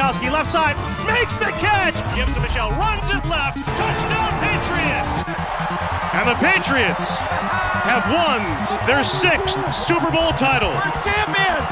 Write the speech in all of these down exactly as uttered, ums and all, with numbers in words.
Gronkowski, left side, makes the catch! Gives to Michel, runs it left, touchdown Patriots! And the Patriots have won their sixth Super Bowl title. We're champions!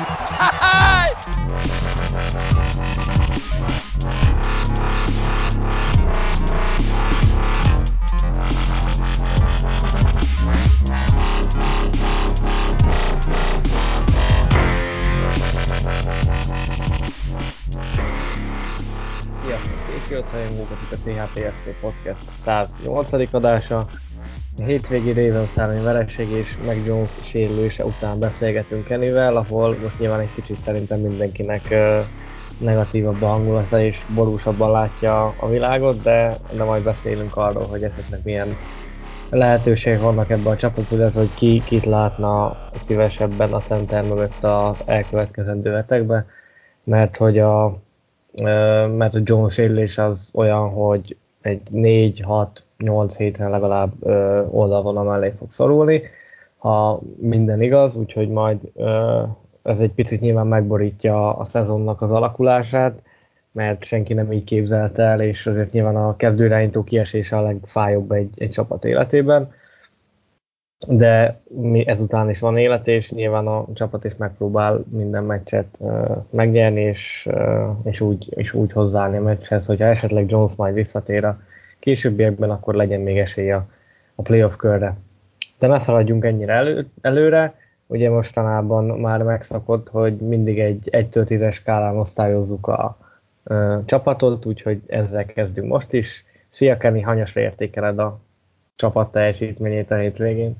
Sziasztok, Patriots rajongókat, itt a té há pé ef cé Podcast száznyolcadik adása. A hétvégi Ravens elleni vereség és Mac Jones sérülése után beszélgetünk Kennyvel, ahol most nyilván egy kicsit szerintem mindenkinek uh, negatívabb a hangulata és borúsabban látja a világot, de, de majd beszélünk arról, hogy esetleg milyen lehetőségek vannak ebben a csapatban, illetve hogy ki kit látna szívesebben a center mögött az elkövetkezendő hetekben, mert hogy a mert a Jones sérülés az olyan, hogy egy négy hat nyolc hétre legalább ö, oldalvonal mellé fog szorulni, ha minden igaz, úgyhogy majd ö, ez egy picit nyilván megborítja a szezonnak az alakulását, mert senki nem így képzelte el, és azért nyilván a kezdőirányító kiesése a legfájóbb egy, egy csapat életében. De ezután is van élet, és nyilván a csapat is megpróbál minden meccset uh, megnyerni, és, uh, és, úgy, és úgy hozzáállni a meccshez, hogyha esetleg Jones majd visszatér a későbbiekben, akkor legyen még esélye a, a playoff körre. De ne szaladjunk ennyire elő, előre, ugye mostanában már megszokott, hogy mindig egy egytől tízes skálán osztályozzuk a uh, csapatot, úgyhogy ezzel kezdünk most is. Szia Kenny, hanyasra értékeled a csapat teljesítményét a hétvégén?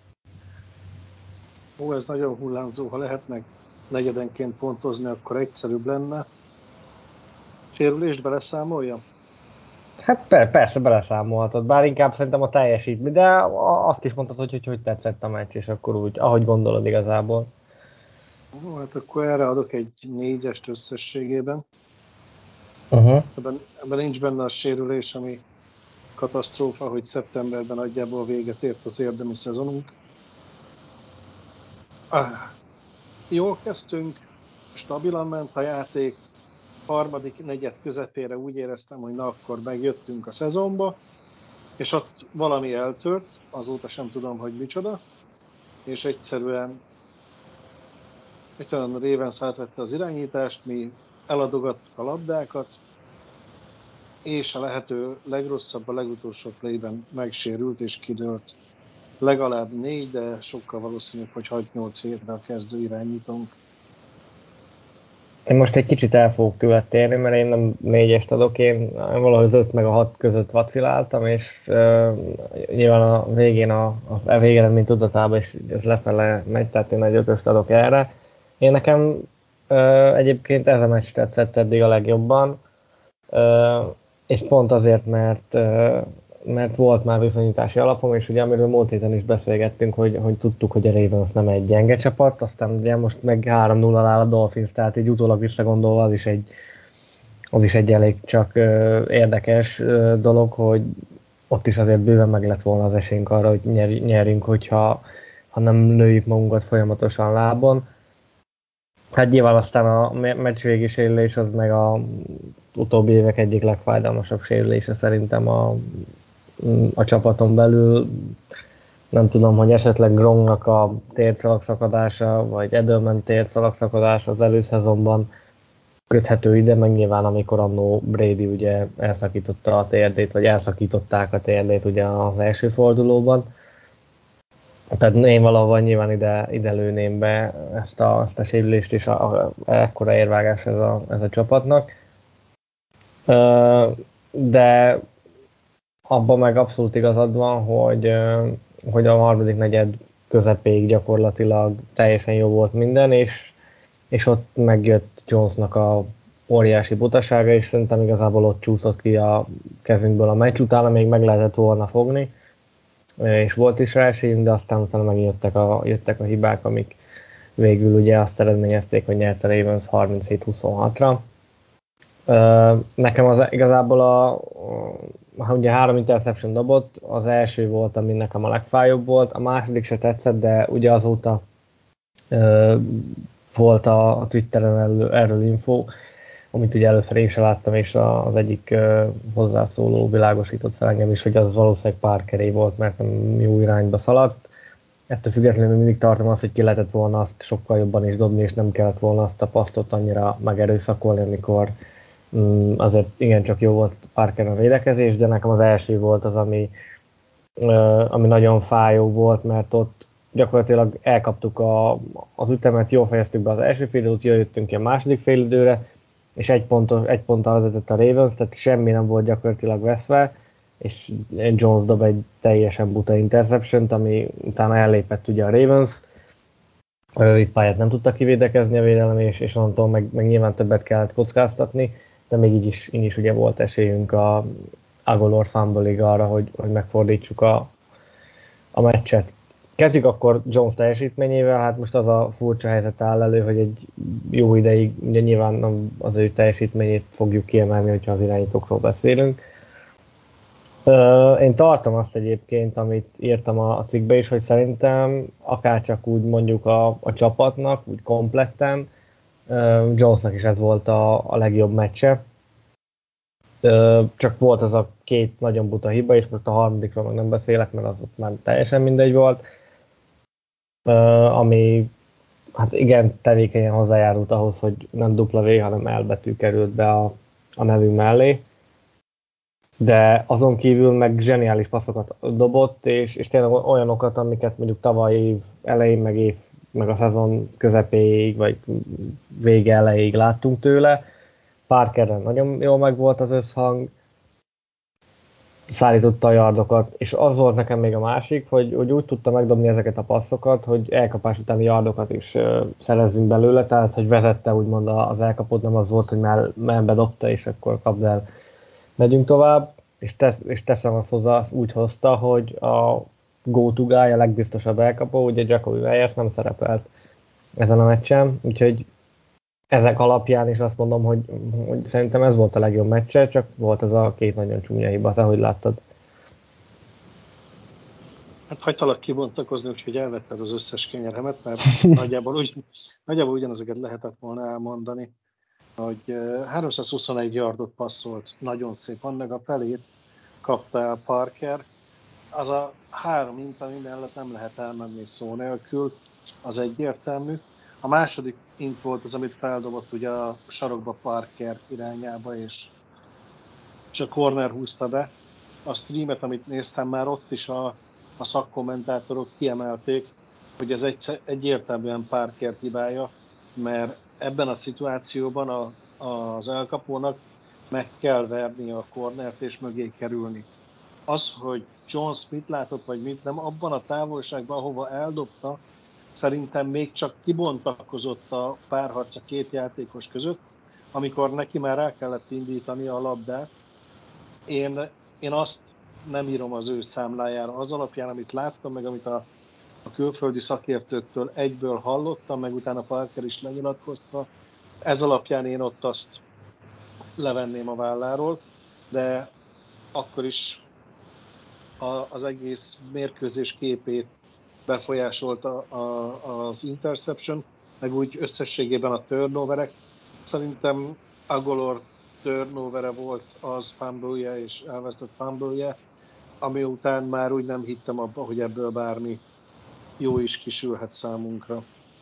Ó, ez nagyon hullámzó, ha lehetnek negyedenként pontozni, akkor egyszerűbb lenne. Sérülést beleszámolja? Hát per, persze beleszámolhatod, bár inkább szerintem a teljesítmény, de azt is mondtad, hogy hogy, hogy tetszett a meccs, és akkor úgy, ahogy gondolod igazából. Ó, hát akkor erre adok egy négyest összességében. Uh-huh. Ebben, ebben nincs benne a sérülés, ami katasztrófa, hogy szeptemberben nagyjából véget ért az érdemi szezonunk. Ah, jól kezdtünk, stabilan ment a játék, harmadik negyed közepére úgy éreztem, hogy na akkor megjöttünk a szezonba, és ott valami eltört, azóta sem tudom, hogy micsoda, és egyszerűen, egyszerűen a Ravens átvette az irányítást, mi eladogattuk a labdákat, és a lehető legrosszabb a legutolsó playben megsérült és kidőlt. Legalább négy, de sokkal valószínűbb, hogy hat-nyolc hétre a kezdő irányítónk. Én most egy kicsit el fogok tőled térni, mert én nem négyest adok, én valahogy az öt meg a hat között vaciláltam, és uh, nyilván a végén a, a végeredmény tudatában is ez lefele megy, tehát én egy ötöst adok erre. Én nekem uh, egyébként ez a meccs tetszett eddig a legjobban, uh, és pont azért, mert uh, mert volt már viszonyítási alapom, és ugye amiről múlt héten is beszélgettünk, hogy, hogy tudtuk, hogy a Ravens nem egy gyenge csapat, aztán ugye most meg három nulla áll a Dolphins, tehát így utólag visszagondolva az is egy, az is egy elég csak uh, érdekes uh, dolog, hogy ott is azért bőven meg lett volna az esélyünk arra, hogy nyer, nyerjünk, hogyha ha nem lőjük magunkat folyamatosan lábon. Hát nyilván aztán a meccs végi sérülés az meg a utóbbi évek egyik legfájdalmasabb sérülése szerintem a a csapaton belül. Nem tudom, hogy esetleg Gronknak a térszalagszakadása, vagy Edelman térszalagszakadása az előszezonban köthető ide, meg nyilván amikor annó Brady ugye elszakította a térdét, vagy elszakították a térdét ugye az első fordulóban. Tehát én valahol nyilván ide, ide lőném be ezt a, ezt a sérülést, és a, a, ekkora érvágás ez a, ez a csapatnak. De abban meg abszolút igazad van, hogy, hogy a harmadik negyed közepéig gyakorlatilag teljesen jó volt minden, és, és ott megjött Jonesnak a óriási butasága, és szerintem igazából ott csúszott ki a kezünkből a meccs, utána még meg lehetett volna fogni, és volt is rá esélyünk, de aztán utána megjöttek a, jöttek a hibák, amik végül ugye azt eredményezték, hogy nyert a Ravens harminchét huszonhatra. Nekem az igazából a, a ugye három interception dobott, az első volt, ami nekem a legfájóbb volt, a második se tetszett, de ugye azóta uh, volt a, a Twitteren erről, erről info, amit ugye először én sem láttam, és az egyik uh, hozzászóló világosított fel engem is, hogy az valószínűleg Parkeré volt, mert nem jó irányba szaladt. Ettől függetlenül mindig tartom azt, hogy ki lehetett volna azt sokkal jobban is dobni, és nem kellett volna azt a pasztot annyira megerőszakolni, amikor um, azért igencsak jó volt Parker a védekezés, de nekem az első volt az, ami, uh, ami nagyon fájó volt, mert ott gyakorlatilag elkaptuk a, az ütemet, jól fejeztük be az első félidőt, jöttünk ki a második félidőre, és egy, pontos, egy ponttal vezetett a Ravens, tehát semmi nem volt gyakorlatilag veszve, és Jones dob egy teljesen buta interception-t, ami utána ellépett ugye a Ravens, a rövid pályát nem tudta kivédekezni a védelem, és, és onnantól meg, meg nyilván többet kellett kockáztatni, de még így is, így is ugye volt esélyünk a Agolor fumble-ig arra, hogy, hogy megfordítsuk a, a meccset. Kezdjük akkor Jones teljesítményével, hát most az a furcsa helyzet áll elő, hogy egy jó ideig, ugye nyilván az ő teljesítményét fogjuk kiemelni, hogyha az irányítókról beszélünk. Én tartom azt egyébként, amit írtam a cikkbe is, hogy szerintem akárcsak úgy mondjuk a, a csapatnak, úgy kompletten, Jonesnak is ez volt a, a legjobb meccse. Csak volt az a két nagyon buta hiba, és most a harmadikról meg nem beszélek, mert az ott már teljesen mindegy volt. Uh, ami hát igen tevékenyen hozzájárult ahhoz, hogy nem dupla V, hanem L betű került be a, a nevünk mellé. De azon kívül meg zseniális passzokat dobott, és, és tényleg olyanokat, amiket mondjuk tavaly év elején, meg, év, meg a szezon közepéig, vagy vége elejéig láttunk tőle. Parkerren nagyon jól megvolt az összhang, szállította a yardokat, és az volt nekem még a másik, hogy, hogy úgy tudta megdobni ezeket a passzokat, hogy elkapás utáni yardokat is uh, szerezzünk belőle, tehát hogy vezette úgymond az elkapott, nem az volt, hogy már mellbe dobta, és akkor kapd el, megyünk tovább, és, tesz, és teszem azt hozzá, azt úgy hozta, hogy a go-to guy, a legbiztosabb elkapó, ugye Jacoby Meyers nem szerepelt ezen a meccsen, úgyhogy ezek alapján is azt mondom, hogy, hogy szerintem ez volt a legjobb meccse, csak volt ez a két nagyon csúnya hiba, te hogy láttad? Hát hagytalak kibontakozni, úgyhogy elvetted az összes kenyeremet, mert nagyjából, ugy, nagyjából ugyanezeket lehetett volna elmondani, hogy háromszázhuszonegy yardot passzolt, nagyon szépen, meg a felét kapta el Parker. Az a három int, ami mellett nem lehet elmenni szó nélkül, az egyértelmű. A második int volt az, amit feldobott ugye a sarokba Parker irányába, és, és a corner húzta be. A streamet, amit néztem, már ott is a, a szakkommentátorok kiemelték, hogy ez egy, egyértelműen Parker hibája, mert ebben a szituációban a, az elkapónak meg kell verni a cornert és mögé kerülni. Az, hogy Jones mit látott, vagy mit nem, abban a távolságban, ahova eldobta, szerintem még csak kibontakozott a párharc a két játékos között, amikor neki már rá kellett indítani a labdát. Én, én azt nem írom az ő számlájára, az alapján, amit láttam, meg amit a, a külföldi szakértőktől egyből hallottam, meg utána Parker is lenyilatkozta, ez alapján én ott azt levenném a válláról, de akkor is a, az egész mérkőzés képét befolyásolta a, az interception, meg úgy összességében a turnoverek. Szerintem Agolor turnovere volt az fumble-je és elvesztett fumble-je, ami után már úgy nem hittem abba, hogy ebből bármi jó is kisülhet számunkra.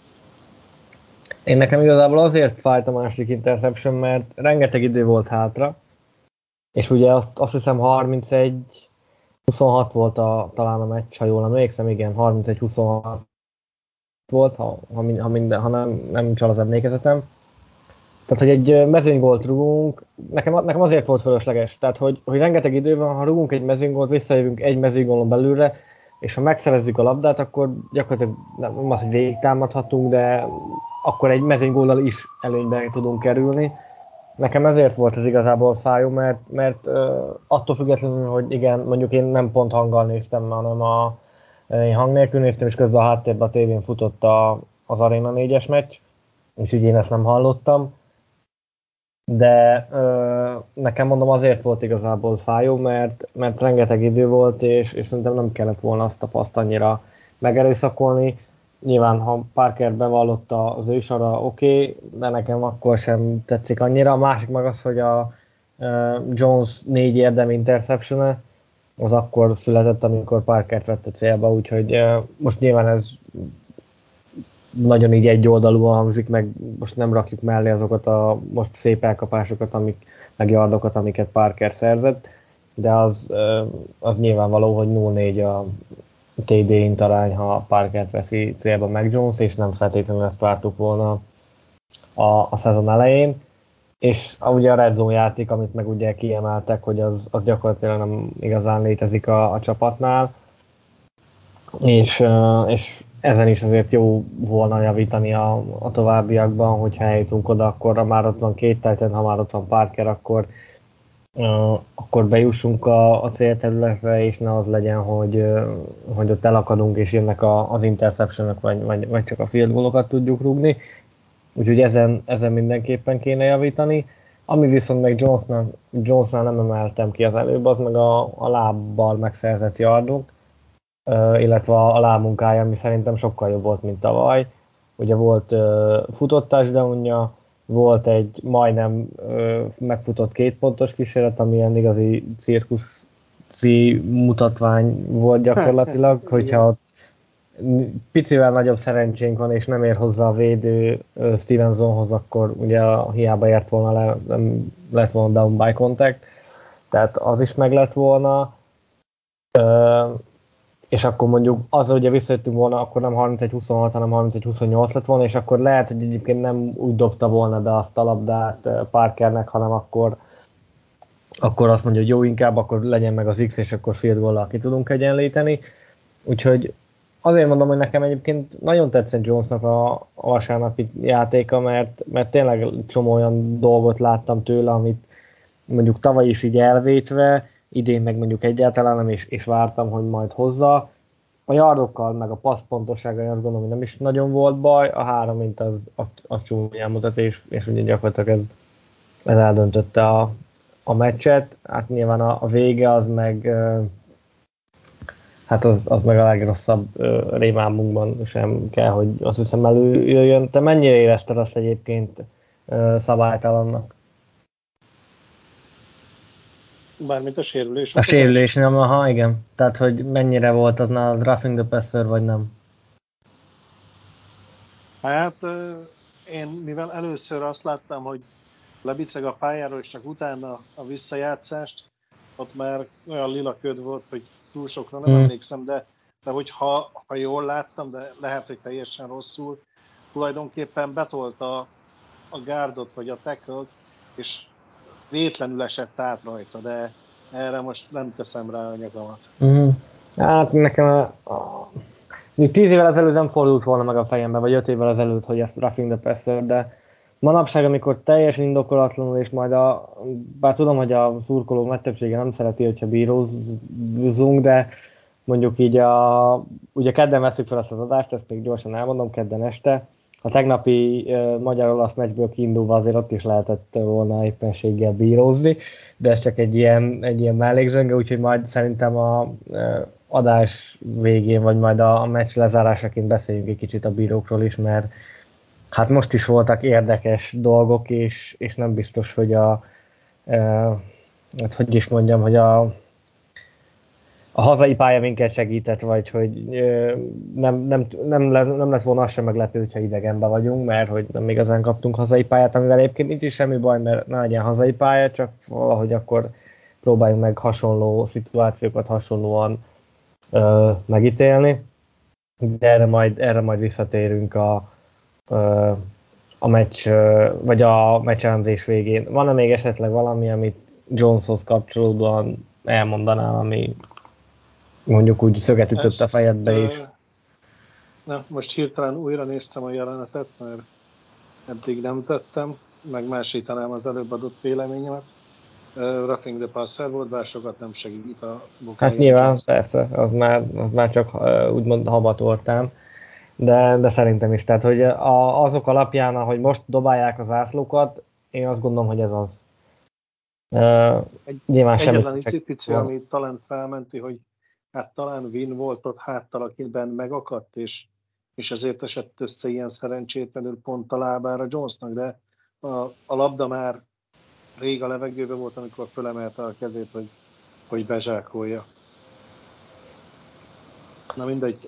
Én nekem igazából azért fájt a második interception, mert rengeteg idő volt hátra, és ugye azt, azt hiszem harmincegy huszonhat volt a, talán a meccs, ha jól emlékszem, igen, harmincegy huszonhat volt, ha, ha, ha, minden, ha nem, nem csal az emlékezetem. Tehát, hogy egy mezőnygolt rugunk, nekem, nekem azért volt fölösleges, tehát, hogy, hogy rengeteg idő van, ha rugunk egy mezőnygolt, visszajövünk egy mezőnygólon belülre, és ha megszerezzük a labdát, akkor gyakorlatilag nem az, hogy végig támadhatunk, de akkor egy mezőnygóllal is előnyben tudunk kerülni. Nekem ezért volt ez igazából fájó, mert, mert uh, attól függetlenül, hogy igen, mondjuk én nem pont hanggal néztem, hanem a, én hang nélkül néztem, és közben a háttérben a tévén futott a, az Arena négyes meccs, úgyhogy én ezt nem hallottam. De ö, nekem mondom azért volt igazából fájó, mert, mert rengeteg idő volt, és, és szerintem nem kellett volna azt a paszt annyira megerőszakolni. nyilván ha Parker bevallotta az ő sora, oké, okay, de nekem akkor sem tetszik annyira. A másik meg az, hogy a Jones négy érdem interception az akkor született, amikor Parkert vette célba, úgyhogy most nyilván ez nagyon így egyoldalúan hangzik, meg most nem rakjuk mellé azokat a most szép elkapásokat, amik, meg yardokat, amiket Parker szerzett, de az, az nyilvánvaló, hogy nulla négy a té dé intarány, ha Parkert veszi célba meg Jones, és nem feltétlenül ezt vártuk volna a, a szezon elején. És ugye a Red Zone játék, amit meg ugye kiemeltek, hogy az, az gyakorlatilag nem igazán létezik a, a csapatnál, és, és ezen is azért jó volna javítani a, a továbbiakban, hogyha eljutunk oda, akkor már ott van két Titan, ha már ott van Parker, akkor, uh, akkor bejussunk a, a célterületre, és ne az legyen, hogy, uh, hogy ott elakadunk, és jönnek a, az interceptionok, vagy, vagy, vagy csak a field goalokat tudjuk rúgni. Úgyhogy ezen, ezen mindenképpen kéne javítani. Ami viszont meg Jonesnál, Jonesnál nem emeltem ki az előbb, az meg a, a lábbal megszerzett yardok, illetve a lábmunkája, ami szerintem sokkal jobb volt, mint tavaly. Ugye volt uh, futott touchdownja, volt egy majdnem uh, megfutott két pontos kísérlet, ami ilyen igazi cirkuszi mutatvány volt gyakorlatilag, hogyha picivel nagyobb szerencsénk van, és nem ér hozzá a védő uh, Stevensonhoz, akkor ugye hiába ért volna le, nem lett volna down by contact, tehát az is meg lett volna. Uh, és akkor mondjuk az, hogy visszajöttünk volna, akkor nem harmincegy huszonhat, hanem harmincegy huszonnyolc lett volna, és akkor lehet, hogy egyébként nem úgy dobta volna be azt a labdát Parkernek, hanem akkor, akkor azt mondja, hogy jó, inkább akkor legyen meg az X, és akkor field goal-lal ki tudunk egyenlíteni. Úgyhogy azért mondom, hogy nekem egyébként nagyon tetszett Jonesnak a, a vasárnapi játéka, mert, mert tényleg csomó olyan dolgot láttam tőle, amit mondjuk tavaly is így elvétve, idén meg mondjuk egyáltalán nem, és, és vártam, hogy majd hozza. A yardokkal, meg a passzpontossággal azt gondolom, hogy nem is nagyon volt baj, a három mint az, az, az csúnyán mutat, és, és ugye gyakorlatilag ez, ez eldöntötte a, a meccset. Hát nyilván a, a vége az meg hát az, az meg a legrosszabb rémálmunkban sem kell, hogy azt hiszem előjöjjön. Te mennyire érezted azt egyébként szabálytalannak? Bármint a sérülés. A sérülés, nem, aha, igen. Tehát, hogy mennyire volt az nálad roughing the passer, vagy nem? Hát én, mivel először azt láttam, hogy lebiceg a pályáról, és csak utána a visszajátszást, ott már olyan lila köd volt, hogy túl sokra nem hmm. emlékszem, de, de hogy ha, ha jól láttam, de lehet, hogy teljesen rosszul, tulajdonképpen betolta a gárdot, vagy a tackle-t, és vétlenül esett át rajta, de erre most nem teszem rá a nyagamat. Mm. Hát nekem a, a, tíz évvel ezelőtt nem fordult volna meg a fejembe, vagy öt évvel ezelőtt, hogy ezt roughing the passer, de manapság, amikor teljesen indokolatlanul, és majd a, bár tudom, hogy a szurkolók nagy többsége nem szereti, hogyha bírózunk, de mondjuk így a, ugye kedden veszük fel ezt az adást, ezt még gyorsan elmondom, kedden este, a tegnapi uh, magyar-olasz meccsből kiindulva azért ott is lehetett volna éppenséggel bírózni, de ez csak egy ilyen, egy ilyen mellékzsenge, úgyhogy majd szerintem a uh, adás végén, vagy majd a, a meccs lezárásaként beszéljünk egy kicsit a bírókról is, mert hát most is voltak érdekes dolgok, és, és nem biztos, hogy a uh, hát hogy is mondjam, hogy a a hazai pálya minket segített, vagy hogy nem, nem, nem, nem lett volna az sem meglepő, hogyha idegenben vagyunk, mert hogy nem igazán kaptunk hazai pályát, amivel egyébként nincs is semmi baj, mert ne legyen hazai pálya, csak valahogy akkor próbáljunk meg hasonló szituációkat hasonlóan ö, megítélni. De erre majd, erre majd visszatérünk a, ö, a meccs, ö, vagy a meccselemzés végén. Van-e még esetleg valami, amit Joneshoz kapcsolódóan elmondanál, ami mondjuk úgy szöget ütött Ezt, a fejedbe is. Na, most hirtelen újra néztem a jelenetet, mert eddig nem tettem, megmásítanám az előbb adott véleményemet. Uh, roughing the passer volt, bár sokat nem segít a Bukai. Hát nyilván, Jones. Persze, az már, az már csak uh, úgymond habatoltán, de, de szerintem is. Tehát, hogy a, azok alapján, ahogy most dobálják az ászlókat, én azt gondolom, hogy ez az. Uh, Egy, nyilván egyetlen icipici, ami talán felmenti, hogy hát talán Win volt ott háttal, akiben megakadt, és és ezért esett össze ilyen szerencsétlenül pont a lábára Jonesnak, de a, a labda már rég a levegőben volt, amikor fölemelte a kezét, hogy, hogy bezsákolja. Na mindegy,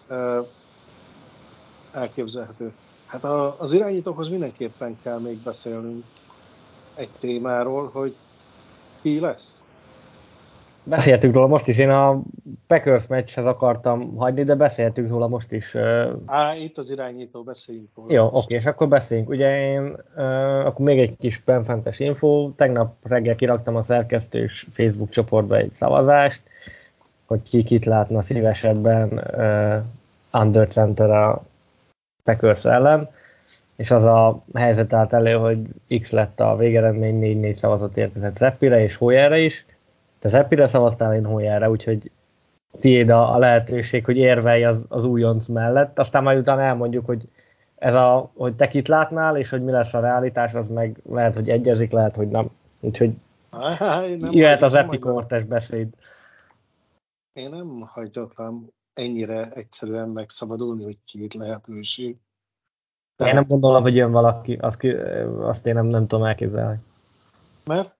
elképzelhető. Hát a, az irányítókhoz mindenképpen kell még beszélnünk egy témáról, hogy ki lesz. Beszéltük róla most is, én a Packers meccshez akartam hagyni, de beszéltük róla most is. Á, itt az irányító, beszéljünk róla. Jó, oké, és akkor beszéljünk. Ugye én, uh, akkor még egy kis benfentes info, tegnap reggel kiraktam a szerkesztős Facebook csoportba egy szavazást, hogy ki kit látna szívesebben uh, under center a Packers ellen, és az a helyzet állt elő, hogy X lett a végeredmény, négy négy szavazat érkezett Zappire és Hoyerre is. Te Zappire szavaztál, én Hoyerre, úgyhogy tiéd a, a lehetőség, hogy érvelj az, az újonc mellett. Aztán majd utána elmondjuk, hogy ez a, hogy te kit látnál, és hogy mi lesz a realitás, az meg lehet, hogy egyezik, lehet, hogy nem. Úgyhogy Á, jöhet az epikortes beszéd. Én nem hagyottam ennyire egyszerűen megszabadulni, hogy két lehetőség. Tehát, én nem gondolom, hogy jön valaki, azt, ki, azt én nem, nem tudom elképzelni. Mert?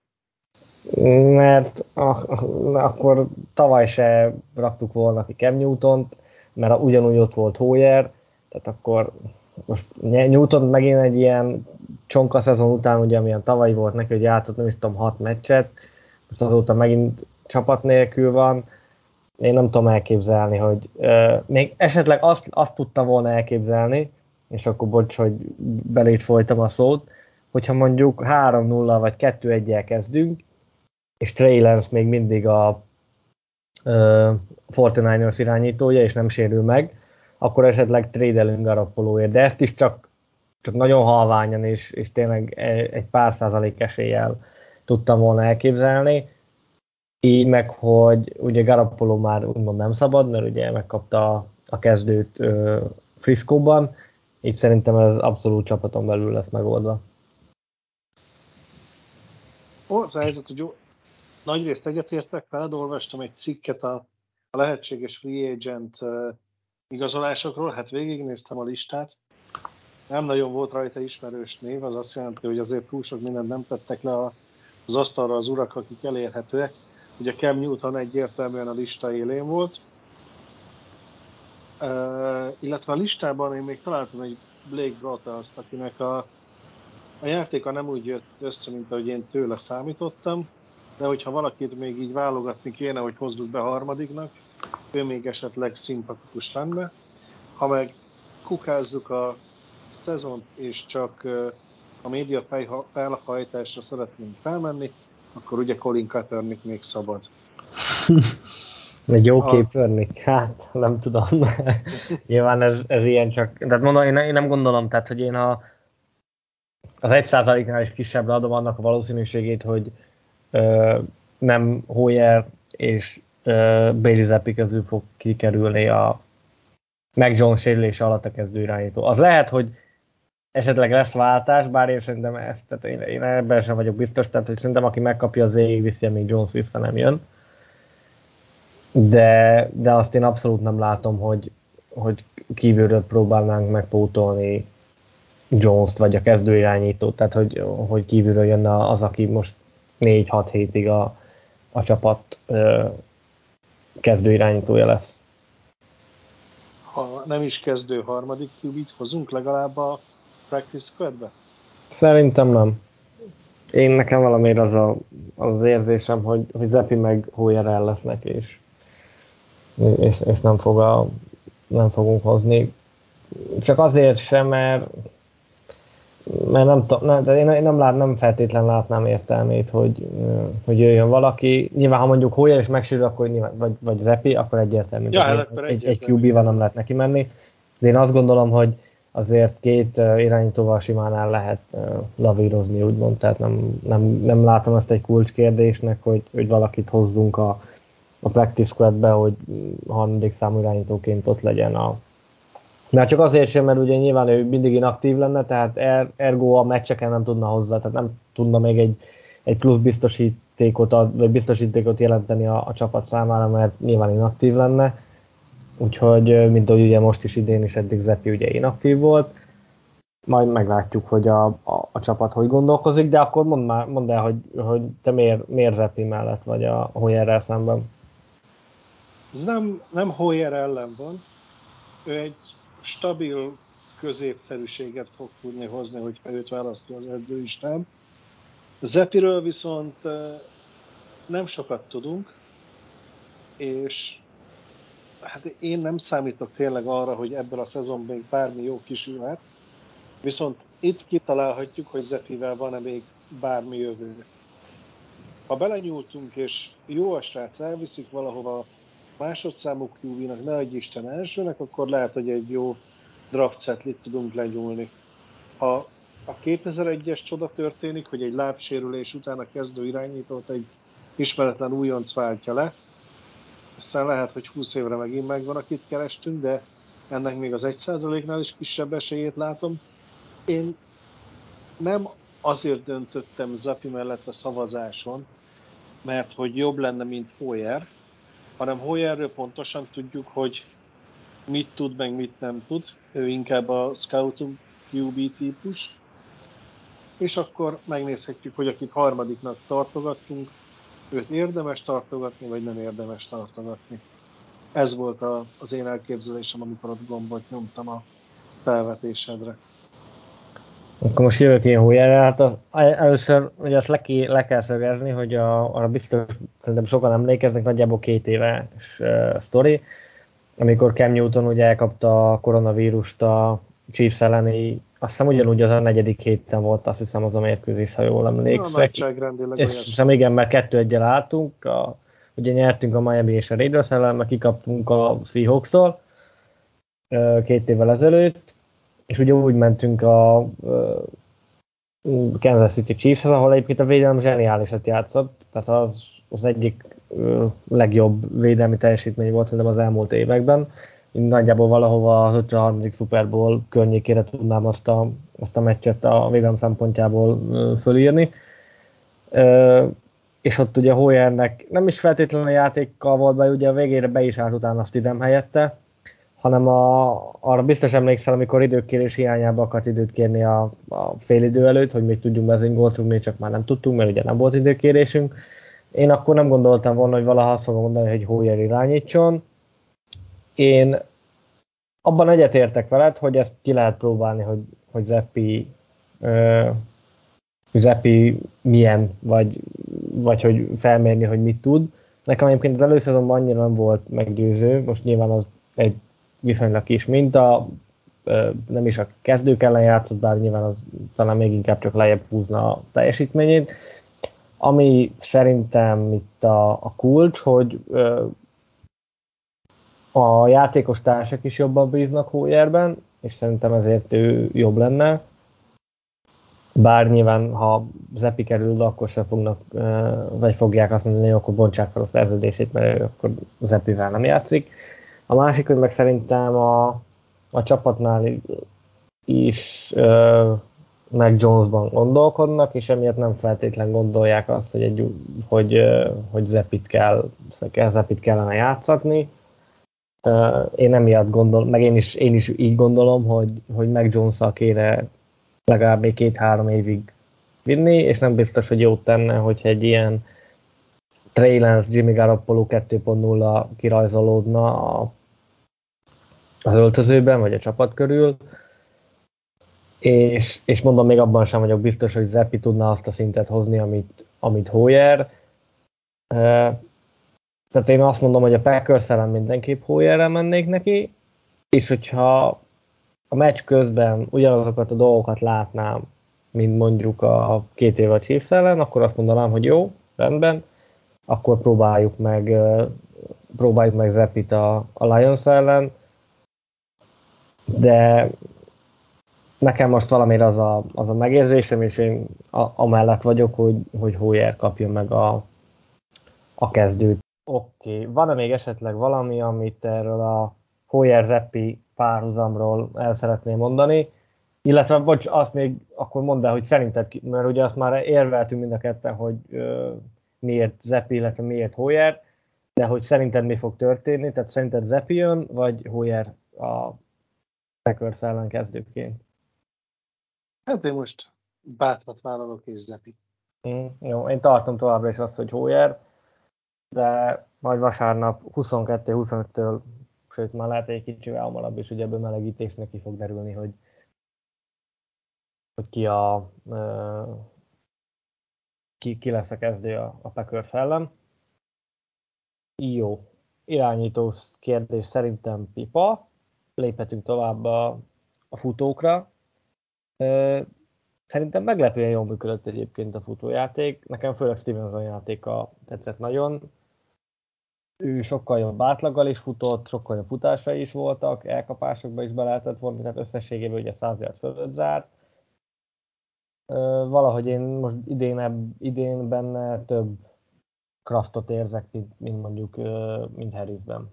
Mert akkor tavaly se raktuk volna ki Cam Newtont, mert ugyanúgy ott volt Hoyer, tehát akkor most Newton megint egy ilyen csonka szezon után, ugye amilyen tavaly volt neki, hogy játszott nem is tudom hat meccset, most azóta megint csapat nélkül van. Én nem tudom elképzelni, hogy euh, még esetleg azt, azt tudtam volna elképzelni, és akkor bocs, hogy belét folytam a szót, hogyha mondjuk három nulla vagy kettő egyel kezdünk, és Trey Lance még mindig a uh, negyvenkilencesek irányítója, és nem sérül meg, akkor esetleg trade-elünk Garoppoloért, de ezt is csak, csak nagyon halványan, és, és tényleg egy pár százalék eséllyel tudtam volna elképzelni. Így meg, hogy ugye Garoppolo már úgymond nem szabad, mert ugye megkapta a kezdőt uh, Friscoban, így szerintem ez abszolút csapaton belül lesz megoldva. Ó, az a helyzet, hogy jó, nagyrészt egyetértek veled, olvastam egy cikket a, a lehetséges free agent uh, igazolásokról, hát végignéztem a listát, nem nagyon volt rajta ismerős név, az azt jelenti, hogy azért túl sok mindent nem tettek le a, az asztalra az urak, akik elérhetőek. Ugye Cam Newton egyértelműen a lista élén volt, uh, illetve a listában én még találtam egy Blake Bortles-t, akinek a, a játéka nem úgy jött össze, mint ahogy én tőle számítottam, de hogyha valakit még így válogatni kéne, hogy hozzuk be harmadiknak, ő még esetleg szimpatikus lenne. Ha meg kukázzuk a szezont, és csak a média felhajtásra szeretnénk felmenni, akkor ugye Colin Kaepernick még szabad. Egy jó képörnik? Hát, nem tudom. Nyilván ez, ez ilyen csak... Tehát mondom, én, én nem gondolom, tehát, hogy én ha az egy százaléknál is kisebbre adom annak a valószínűségét, hogy ö, nem Hoyer és ö, Bailey Zappi közül fog kikerülni a Mac Jones sérülése alatt a kezdő irányító. Az lehet, hogy esetleg lesz váltás, bár én szerintem ezt, tehát én, én ebben sem vagyok biztos, tehát hogy szerintem aki megkapja, az végigviszi, amíg Jones vissza nem jön. De, de azt én abszolút nem látom, hogy, hogy kívülről próbálnánk megpótolni Jones-t, vagy a kezdőirányítót, tehát hogy, hogy kívülről jönne az, aki most négy-hat hétig a, a csapat ö, kezdőirányítója lesz. Ha nem is kezdő harmadik kú bét hozunk legalább a practice squadbe? Szerintem nem. Én nekem valamiért az a, az érzésem, hogy, hogy Zappi meg Hoyer el lesznek, és, és, és nem, fog a, nem fogunk hozni. Csak azért sem, mert mert nem, nem, de én nem, lát, nem feltétlen látnám értelmét, hogy, hogy jöjjön valaki. Nyilván, ha mondjuk Hoyer is megsérül, akkor nyilván, vagy, vagy Zappi, akkor egyértelmű. Ja, hát egy, akkor egy, egy kú bé-val nem lehet neki menni. De én azt gondolom, hogy azért két irányítóval simán el lehet lavírozni, úgymond. Tehát nem, nem, nem látom ezt egy kulcskérdésnek, hogy, hogy valakit hozzunk a, a practice squadbe, hogy harmadik számú irányítóként ott legyen a Mert csak azért sem, mert ugye nyilván ő mindig inaktív lenne, tehát er, ergo a meccseken nem tudna hozzá, tehát nem tudna még egy, egy plusz biztosítékot, ad, vagy biztosítékot jelenteni a, a csapat számára, mert nyilván inaktív lenne. úgyhogy mint ahogy ugye most is idén is eddig Zeppi ugye inaktív volt, majd meglátjuk, hogy a, a, a csapat hogy gondolkozik, de akkor mondd, már, mondd el, hogy, hogy te miért, miért Zeppi mellett vagy a Hoyerrel szemben. Ez nem, nem Hoyer ellen van, ő egy stabil középszerűséget fog tudni hozni, hogyha őt választja az edzői stáb. Zeppiről viszont nem sokat tudunk, és hát én nem számítok tényleg arra, hogy ebből a szezonban még bármi jó kisülhet, viszont itt kitalálhatjuk, hogy Zeppivel van-e még bármi jövő. Ha belenyúltunk, és jó a srác, elviszik valahova másodszámú kú bé-nak, ne adj Isten elsőnek, akkor lehet, hogy egy jó draft setlit tudunk legyúlni. Ha a kétezer-egyes csoda történik, hogy egy lábsérülés után a kezdő irányítót egy ismeretlen újonc váltja le, aztán lehet, hogy húsz évre megint megvan, akit kerestünk, de ennek még az egy százaléknál is kisebb esélyét látom. Én nem azért döntöttem Zeppi mellett a szavazáson, mert hogy jobb lenne, mint Hoyer, hanem Hoyerről pontosan tudjuk, hogy mit tud, meg mit nem tud. Ő inkább a scouting kú bé típus. És akkor megnézhetjük, hogy akit harmadiknak tartogattunk, őt érdemes tartogatni, vagy nem érdemes tartogatni. Ez volt a, az én elképzelésem, amikor ott gombot nyomtam a felvetésedre. Akkor most jövök én Hoyerrel, hát az, először ugye azt le, ki, le kell szögezni, hogy a, arra biztos szerintem sokan emlékeznek, nagyjából két éves uh, sztori, amikor Cam Newton ugye elkapta a koronavírust a Chiefs elleni, azt hiszem ugyanúgy az a negyedik héten volt, azt hiszem az a mérkőzés, ha jól emlékszek. És hiszem igen, mert kettő egyel álltunk, a, ugye nyertünk a Miami és a Raiders ellen, meg kikaptunk a Seahawks-tól uh, két évvel ezelőtt, és ugye úgy mentünk a uh, Kansas City Chiefshez, ahol egyébként a védelem zseniálisat játszott, tehát az, az egyik uh, legjobb védelmi teljesítmény volt szerintem az elmúlt években. Én nagyjából valahova az ötvenharmadik Super Bowl környékére tudnám azt a, azt a meccset a védelem szempontjából uh, fölírni. Uh, és ott ugye Hoyernek nem is feltétlenül a játékkal volt be, ugye a végére be is állt utána a Stidham helyette, hanem a, arra biztos emlékszel, amikor időkérés hiányában akart időt kérni a, a félidő előtt, hogy még tudjunk bezingolt rúgni, csak már nem tudtunk, mert ugye nem volt időkérésünk. Én akkor nem gondoltam volna, hogy valaha azt fogom mondani, hogy Hoyer irányítson. Én abban egyetértek veled, hogy ezt ki lehet próbálni, hogy, hogy Zeppi, uh, Zeppi milyen, vagy, vagy hogy felmérni, hogy mit tud. Nekem egyébként az előszezonban annyira nem volt meggyőző, most nyilván az egy viszonylag kis minta, nem is a kezdők ellen játszott, bár nyilván az talán még inkább csak lejjebb húzna a teljesítményét. Ami szerintem itt a, a kulcs, hogy a játékos társak is jobban bíznak Hoyerben, és szerintem ezért ő jobb lenne. Bár nyilván, ha Zeppi kerül, akkor sem fognak, vagy fogják azt mondani, hogy akkor bontsák fel a szerződését, mert akkor Zeppivel nem játszik. A másik, hogy meg szerintem a, a csapatnál is uh, meg Jonesban gondolkodnak, és emiatt nem feltétlen gondolják azt, hogy, egy, hogy, uh, hogy Zeppit kell, Zeppit kellene játszatni. Uh, én emiatt gondolom, meg én is, én is így gondolom, hogy, hogy meg Jones-szal kéne legalább még két-három évig vinni, és nem biztos, hogy jót tenne, hogyha egy ilyen Trey Lance, Jimmy Garoppolo kettő pont nulla kirajzolódna a, az öltözőben, vagy a csapat körül. És, és mondom, még abban sem vagyok biztos, hogy Zeppi tudna azt a szintet hozni, amit, amit Hoyer. Uh, tehát én azt mondom, hogy a Packers ellen mindenképp Hoyerrel mennék neki, és hogyha a meccs közben ugyanazokat a dolgokat látnám, mint mondjuk a két év a Chiefs ellen, akkor azt mondanám, hogy jó, rendben, akkor próbáljuk meg, uh, próbáljuk meg Zeppit a, a Lions ellen, de nekem most valamire az a, az a megérzésem, és én a, amellett vagyok, hogy, hogy Hoyer kapja meg a, a kezdőt. Oké, okay. Van-e még esetleg valami, amit erről a Hoyer-Zeppi párhuzamról el szeretném mondani? Illetve, bocs, azt még akkor mondd el, hogy szerinted, mert ugye azt már érveltünk mind a ketten, hogy ö, miért Zeppi, illetve miért Hoyer. De hogy szerinted mi fog történni? Tehát szerinted Zepi jön, vagy Hoyer a Packers ellen kezdőként? Hát én most bátrat vállalok és Zepi. Mm, jó, én tartom továbbra is azt, hogy Hoyer, de majd vasárnap huszonkettő huszonöttől, sőt már lehet egy kicsivel hamarabb is, ugye ebből melegítésnek ki fog derülni, hogy, hogy ki, a, uh, ki, ki lesz a kezdő a, a Packers ellen. Jó. Irányító kérdés szerintem Pipa. Léphetünk tovább a, a futókra. Szerintem meglepően jól működött egyébként a futójáték. Nekem főleg Stevenson játéka tetszett nagyon. Ő sokkal jobb átlaggal is futott, sokkal jobb futásai is voltak, elkapásokba is be lehetett vonni, tehát összességében ugye száz yard fölött zárt. Valahogy én most idén, idén benne több kraftot érzek, mint, mint mondjuk mint Harrisben.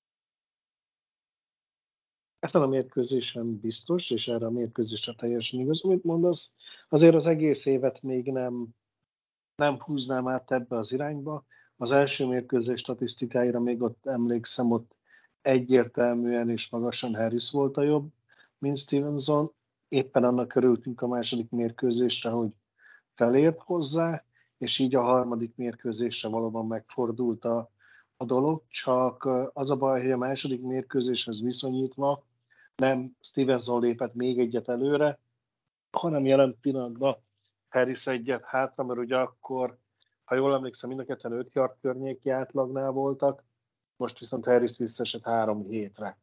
Ezen a mérkőzésen biztos, és erre a mérkőzésre teljesen igaz, amit mondasz. Azért az egész évet még nem, nem húznám át ebbe az irányba. Az első mérkőzés statisztikáira még ott emlékszem, ott egyértelműen és magasan Harris volt a jobb, mint Stevenson. Éppen annak örültünk a második mérkőzésre, hogy felért hozzá, és így a harmadik mérkőzésre valóban megfordult a, a dolog, csak az a baj, hogy a második mérkőzéshez viszonyítva nem Stevenson lépett még egyet előre, hanem jelen pillanatban Harris egyet hátra, mert ugye akkor, ha jól emlékszem, mind a ketten öt yard környéki átlagnál voltak, most viszont Harris visszaesett három hétre.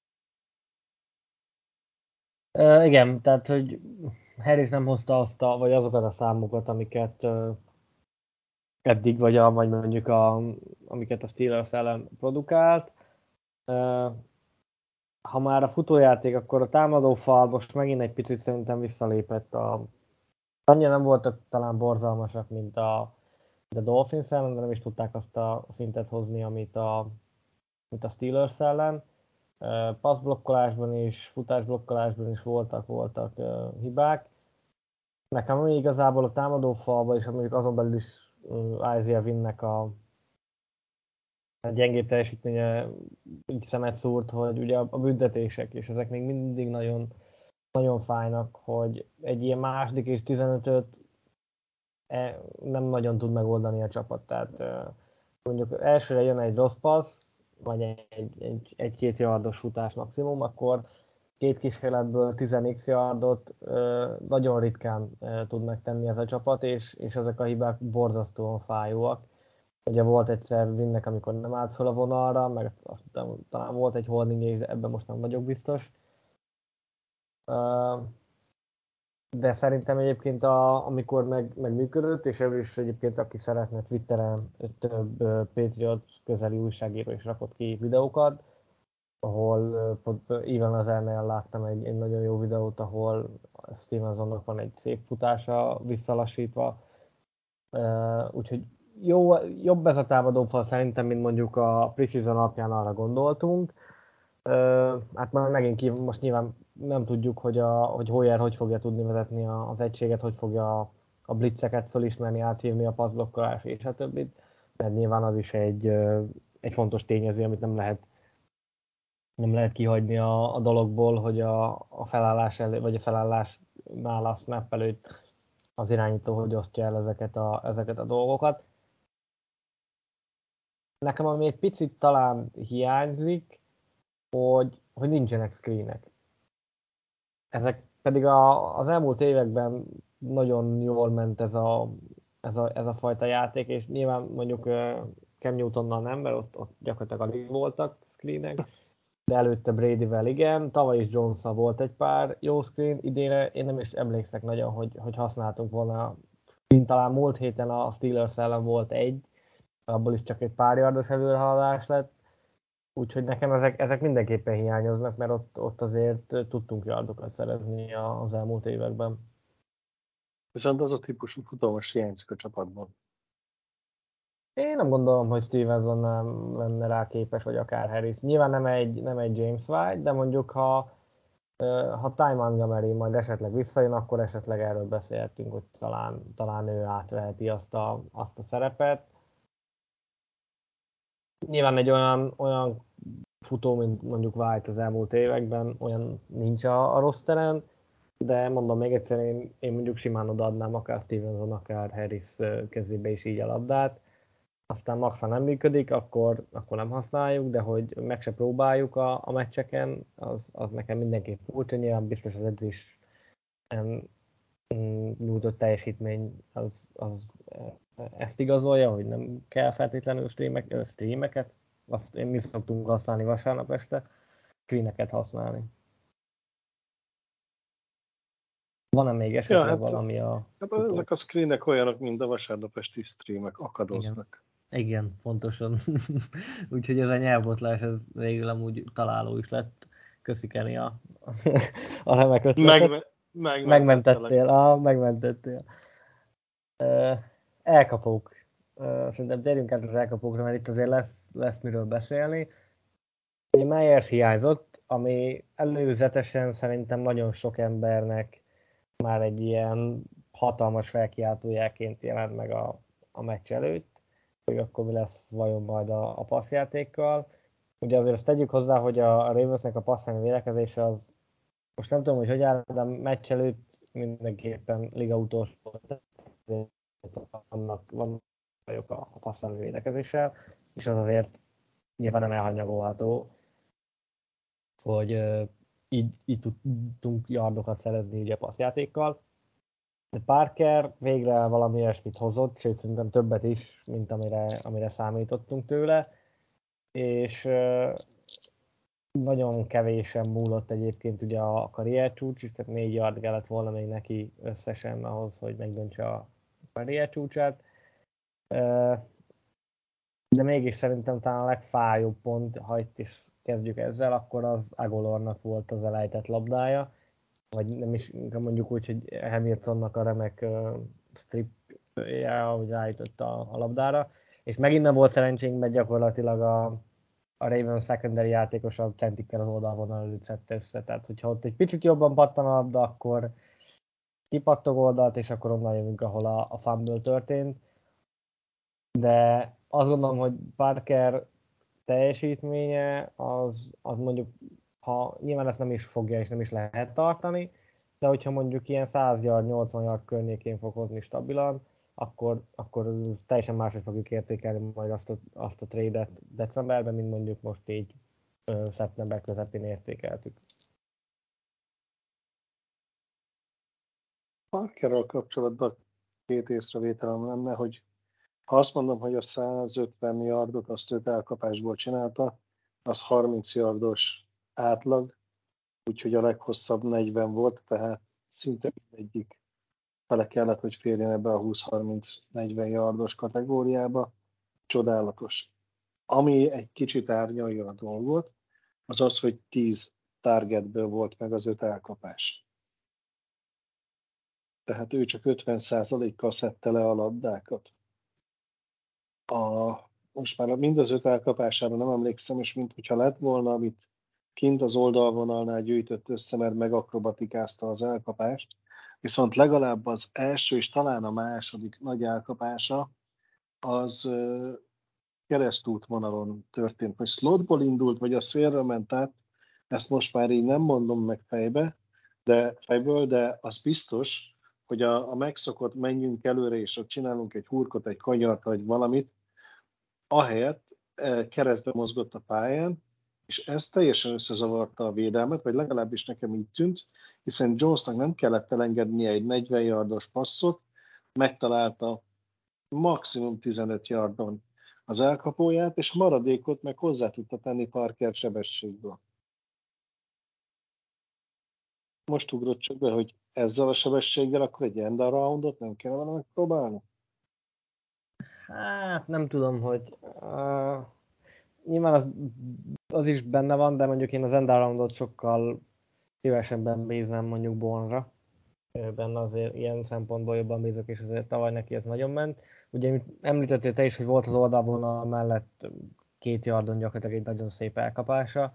Uh, igen, tehát, hogy Harris nem hozta azt a, vagy azokat a számokat, amiket uh, eddig, vagy, a, vagy mondjuk a, amiket a Steelers ellen produkált. Uh, ha már a futójáték, akkor a támadófal most megint egy picit szerintem visszalépett. A, annyira nem voltak talán borzalmasak, mint a, a Dolphins ellen, de nem is tudták azt a szintet hozni, amit a, mint a Steelers ellen. Uh, passzblokkolásban is, futásblokkolásban is voltak, voltak uh, hibák. Nekem ami igazából a támadófalban és mondjuk azon belül is uh, Isaiah Winnek a gyengébb teljesítménye így szemet szúrt, hogy ugye a büntetések, és ezek még mindig nagyon, nagyon fájnak, hogy egy ilyen második és tizenötöt nem nagyon tud megoldani a csapat. Tehát mondjuk elsőre jön egy rossz passz, vagy egy, egy, egy-két yardos futás maximum, akkor két kísérletből tíz x yardot nagyon ritkán tud megtenni ez a csapat, és, és ezek a hibák borzasztóan fájóak. Ugye volt egyszer Winnek, amikor nem állt fel a vonalra, meg azt mondtam, talán volt egy holding, ebben most nem vagyok biztos. De szerintem egyébként a, amikor meg, meg működött, és ebből is egyébként aki szeretne Twitteren több Patriot közeli újságíró is rakott ki videókat, ahol pont Even Lazernél láttam egy, egy nagyon jó videót, ahol Stevensonnak van egy szép futása visszalassítva. Úgyhogy jó, jobb ez a támadófal szerintem, mint mondjuk a preseason alapján arra gondoltunk. Hát már megint ki, most nyilván nem tudjuk, hogy, a, hogy Hoyer hogy fogja tudni vezetni az egységet, hogy fogja a, a blitzeket fölismerni, áthívni a passzblokkolás és a többit, mert nyilván az is egy, egy fontos tényező, amit nem lehet, nem lehet kihagyni a, a dologból, hogy a, a felállás elő, vagy a felállásnál a snap előtt az irányító, hogy osztja el ezeket a, ezeket a dolgokat. Nekem ami egy picit talán hiányzik, hogy, hogy nincsenek screenek. Ezek pedig a, az elmúlt években nagyon jól ment ez a, ez a, ez a fajta játék, és nyilván mondjuk Cam Newtonnal nem, mert ott, ott gyakorlatilag alig voltak screenek, de előtte Bradyvel igen, tavaly is Jones-szal volt egy pár jó screen, idénre én nem is emlékszek nagyon, hogy, hogy használtunk volna. Talán múlt héten a Steelers ellen volt egy, abból is csak egy pár yardos előrehaladás lett, úgyhogy nekem ezek, ezek mindenképpen hiányoznak, mert ott, ott azért tudtunk yardokat szerezni az elmúlt években. Viszont az a típusú futó most hiányzik a csapatban. Én nem gondolom, hogy Stevenson nem lenne rá képes, vagy akár Harris. Nyilván nem egy, nem egy James White, de mondjuk ha, ha Ty Montgomery majd esetleg visszajön, akkor esetleg erről beszélhetünk, hogy talán, talán ő átveheti azt a, azt a szerepet. Nyilván egy olyan, olyan futó, mint mondjuk White az elmúlt években, olyan nincs a, a rosteren, de mondom még egyszer, én, én mondjuk simán odaadnám akár Stevenson, akár Harris kezébe is így a labdát. Aztán max, ha nem működik, akkor, akkor nem használjuk, de hogy meg se próbáljuk a, a meccseken, az, az nekem mindenképp furcsa. Nyilván biztos az edzés nyújtott teljesítmény az, az ezt igazolja, hogy nem kell feltétlenül streamek, streameket. Azt én mi szoktunk használni vasárnap este, screeneket használni. Van-e még esetleg ja, hát, valami a... Hát ezek a screenek olyanok, mint a vasárnap esti streamek, akadoznak. Igen, Igen pontosan. Úgyhogy ez a nyelvbotlás, ez végül amúgy találó is lett. Köszi Kenny a, a remek ötletet. Meg, meg, megmentettél. Ah, megmentettél. Uh, elkapók. Uh, szerintem térjünk át az elkapókra, mert itt azért lesz, lesz miről beszélni. Meyers hiányzott, ami előzetesen szerintem nagyon sok embernek már egy ilyen hatalmas felkiáltójáként jelent meg a, a meccs előtt, hogy akkor mi lesz vajon majd a, a passzjátékkal. Ugye azért azt tegyük hozzá, hogy a, a Ravensnek a passzányi védekezése az, most nem tudom, hogy hogy áll, de a meccs előtt mindenképpen liga utolsó volt, annak van vagyok a, a passzányi védekezéssel, és az azért nyilván nem elhanyagolható, hogy uh, így, így tudtunk yardokat szerezni ugye a passzjátékkal. De Parker végre valami ilyesmit hozott, sőt szerintem többet is, mint amire, amire számítottunk tőle, és uh, nagyon kevésen múlott egyébként ugye a karriercsúcs, tehát négy yard kellett volna még neki összesen ahhoz, hogy megdöntse a karriercsúcsát. Uh, de mégis szerintem talán a legfájóbb pont, ha itt is kezdjük ezzel, akkor az Agolornak volt az elejtett labdája, vagy nem is mondjuk úgy, hogy Hamiltonnak a remek uh, stripje, ahogy rájutott a, a labdára, és megint nem volt szerencsénk, mert gyakorlatilag a, a Ravens secondary játékosa centikkel az oldalvonal előtt szedte össze, tehát hogyha ott egy picit jobban pattan a labda, akkor kipattog oldalt, és akkor onnan jövünk, ahol a, a fumble történt, de azt gondolom, hogy Parker teljesítménye az, az mondjuk, ha nyilván ezt nem is fogja és nem is lehet tartani, de hogyha mondjuk ilyen száz yard, nyolcvan yard környékén fog hozni stabilan, akkor, akkor teljesen máshogy fogjuk értékelni majd azt a, azt a trade-et decemberben, mint mondjuk most így ö, szeptember közepén értékeltük. Parkerrel kapcsolatban két észrevételem lenne, hogy ha azt mondom, hogy a száz ötven yardot azt öt elkapásból csinálta, az harminc yardos átlag, úgyhogy a leghosszabb negyven volt, tehát szinte mindegyik fele kellett, hogy férjen ebbe a húsz-harminc-negyven yardos kategóriába. Csodálatos. Ami egy kicsit árnyalja a dolgot, az az, hogy tíz targetből volt meg az öt elkapás. Tehát ő csak ötven százalékkal szedte le a labdákat. A, most már mind az öt elkapására nem emlékszem, és mintha lett volna, amit kint az oldalvonalnál gyűjtött össze, mert megakrobatikázta az elkapást, viszont legalább az első és talán a második nagy elkapása az keresztútvonalon történt, vagy slotból indult, vagy a szélre ment át, ezt most már így nem mondom meg fejbe, de fejből, de az biztos, hogy a, a megszokott menjünk előre, és ott csinálunk egy hurkot, egy kanyart, vagy valamit, ahelyett keresztbe mozgott a pályán, és ez teljesen összezavarta a védelmet, vagy legalábbis nekem így tűnt, hiszen Jonesnak nem kellett elengednie egy negyven yardos passzot, megtalálta maximum tizenöt yardon az elkapóját, és maradékot meg hozzá tudta tenni Parker sebességből. Most ugrott csak be, hogy ezzel a sebességgel akkor egy end aroundot nem kellene vele megpróbálni? Hát nem tudom, hogy uh, nyilván az, az is benne van, de mondjuk én az end aroundot sokkal szívesebben bíznám mondjuk Bourne-ra. Benne azért ilyen szempontból jobban bízok, és azért tavaly neki ez nagyon ment. Ugye említettél te is, hogy volt az oldalvonal mellett két yardon gyakorlatilag egy nagyon szép elkapása.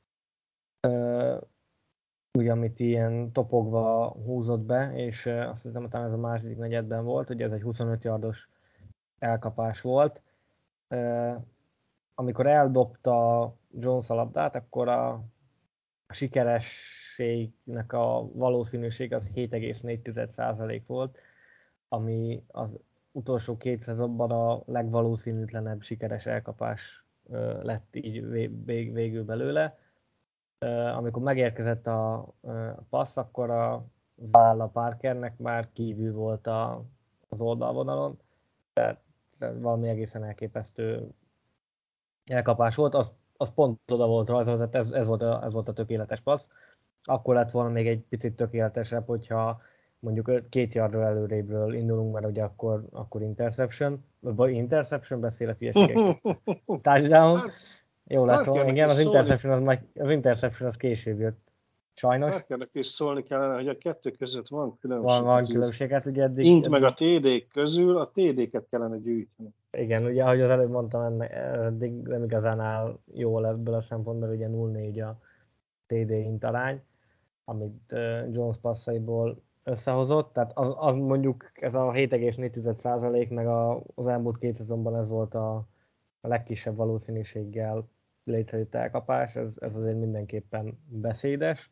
Ugye, amit ilyen topogva húzott be, és azt hiszem, hogy ez a második negyedben volt, ugye ez egy huszonöt yardos elkapás volt. amikor eldobta Jones a labdát, akkor a, a sikerességnek a valószínűség az hét egész négy százalék volt, ami az utolsó két szezonban a legvalószínűtlenebb sikeres elkapás lett így vég, végül belőle. Amikor megérkezett a passz, akkor a váll a Parkernek már kívül volt a, az oldalvonalon, tehát valami egészen elképesztő elkapás volt, az, az pont oda volt rajzolva, tehát ez, ez, volt a, ez volt a tökéletes passz. Akkor lett volna még egy picit tökéletesebb, hogyha mondjuk két yardról előrébről indulunk, mert ugye akkor, akkor interception, vagy interception beszélek hülyeségeket. Touchdown. Jó lett volna, igen, az interception az, majd, az interception az később jött. Sajnos. Parkernek is szólni kellene, hogy a kettő között van különbség. Van, van különbség, hát ugye eddig... Int eddig... meg a té dé-k közül a té dé-ket kellene gyűjteni. Igen, ugye ahogy az előbb mondtam, ennek, eddig nem igazán áll jól ebből a szempontból, ugye nulla négy a té dé int arány, amit Jones passzaiból összehozott, tehát az, az mondjuk ez a hét egész négy százalék, meg a, az elmúlt két szezonban ez volt a, a legkisebb valószínűséggel létrejött elkapás, ez, ez azért mindenképpen beszédes.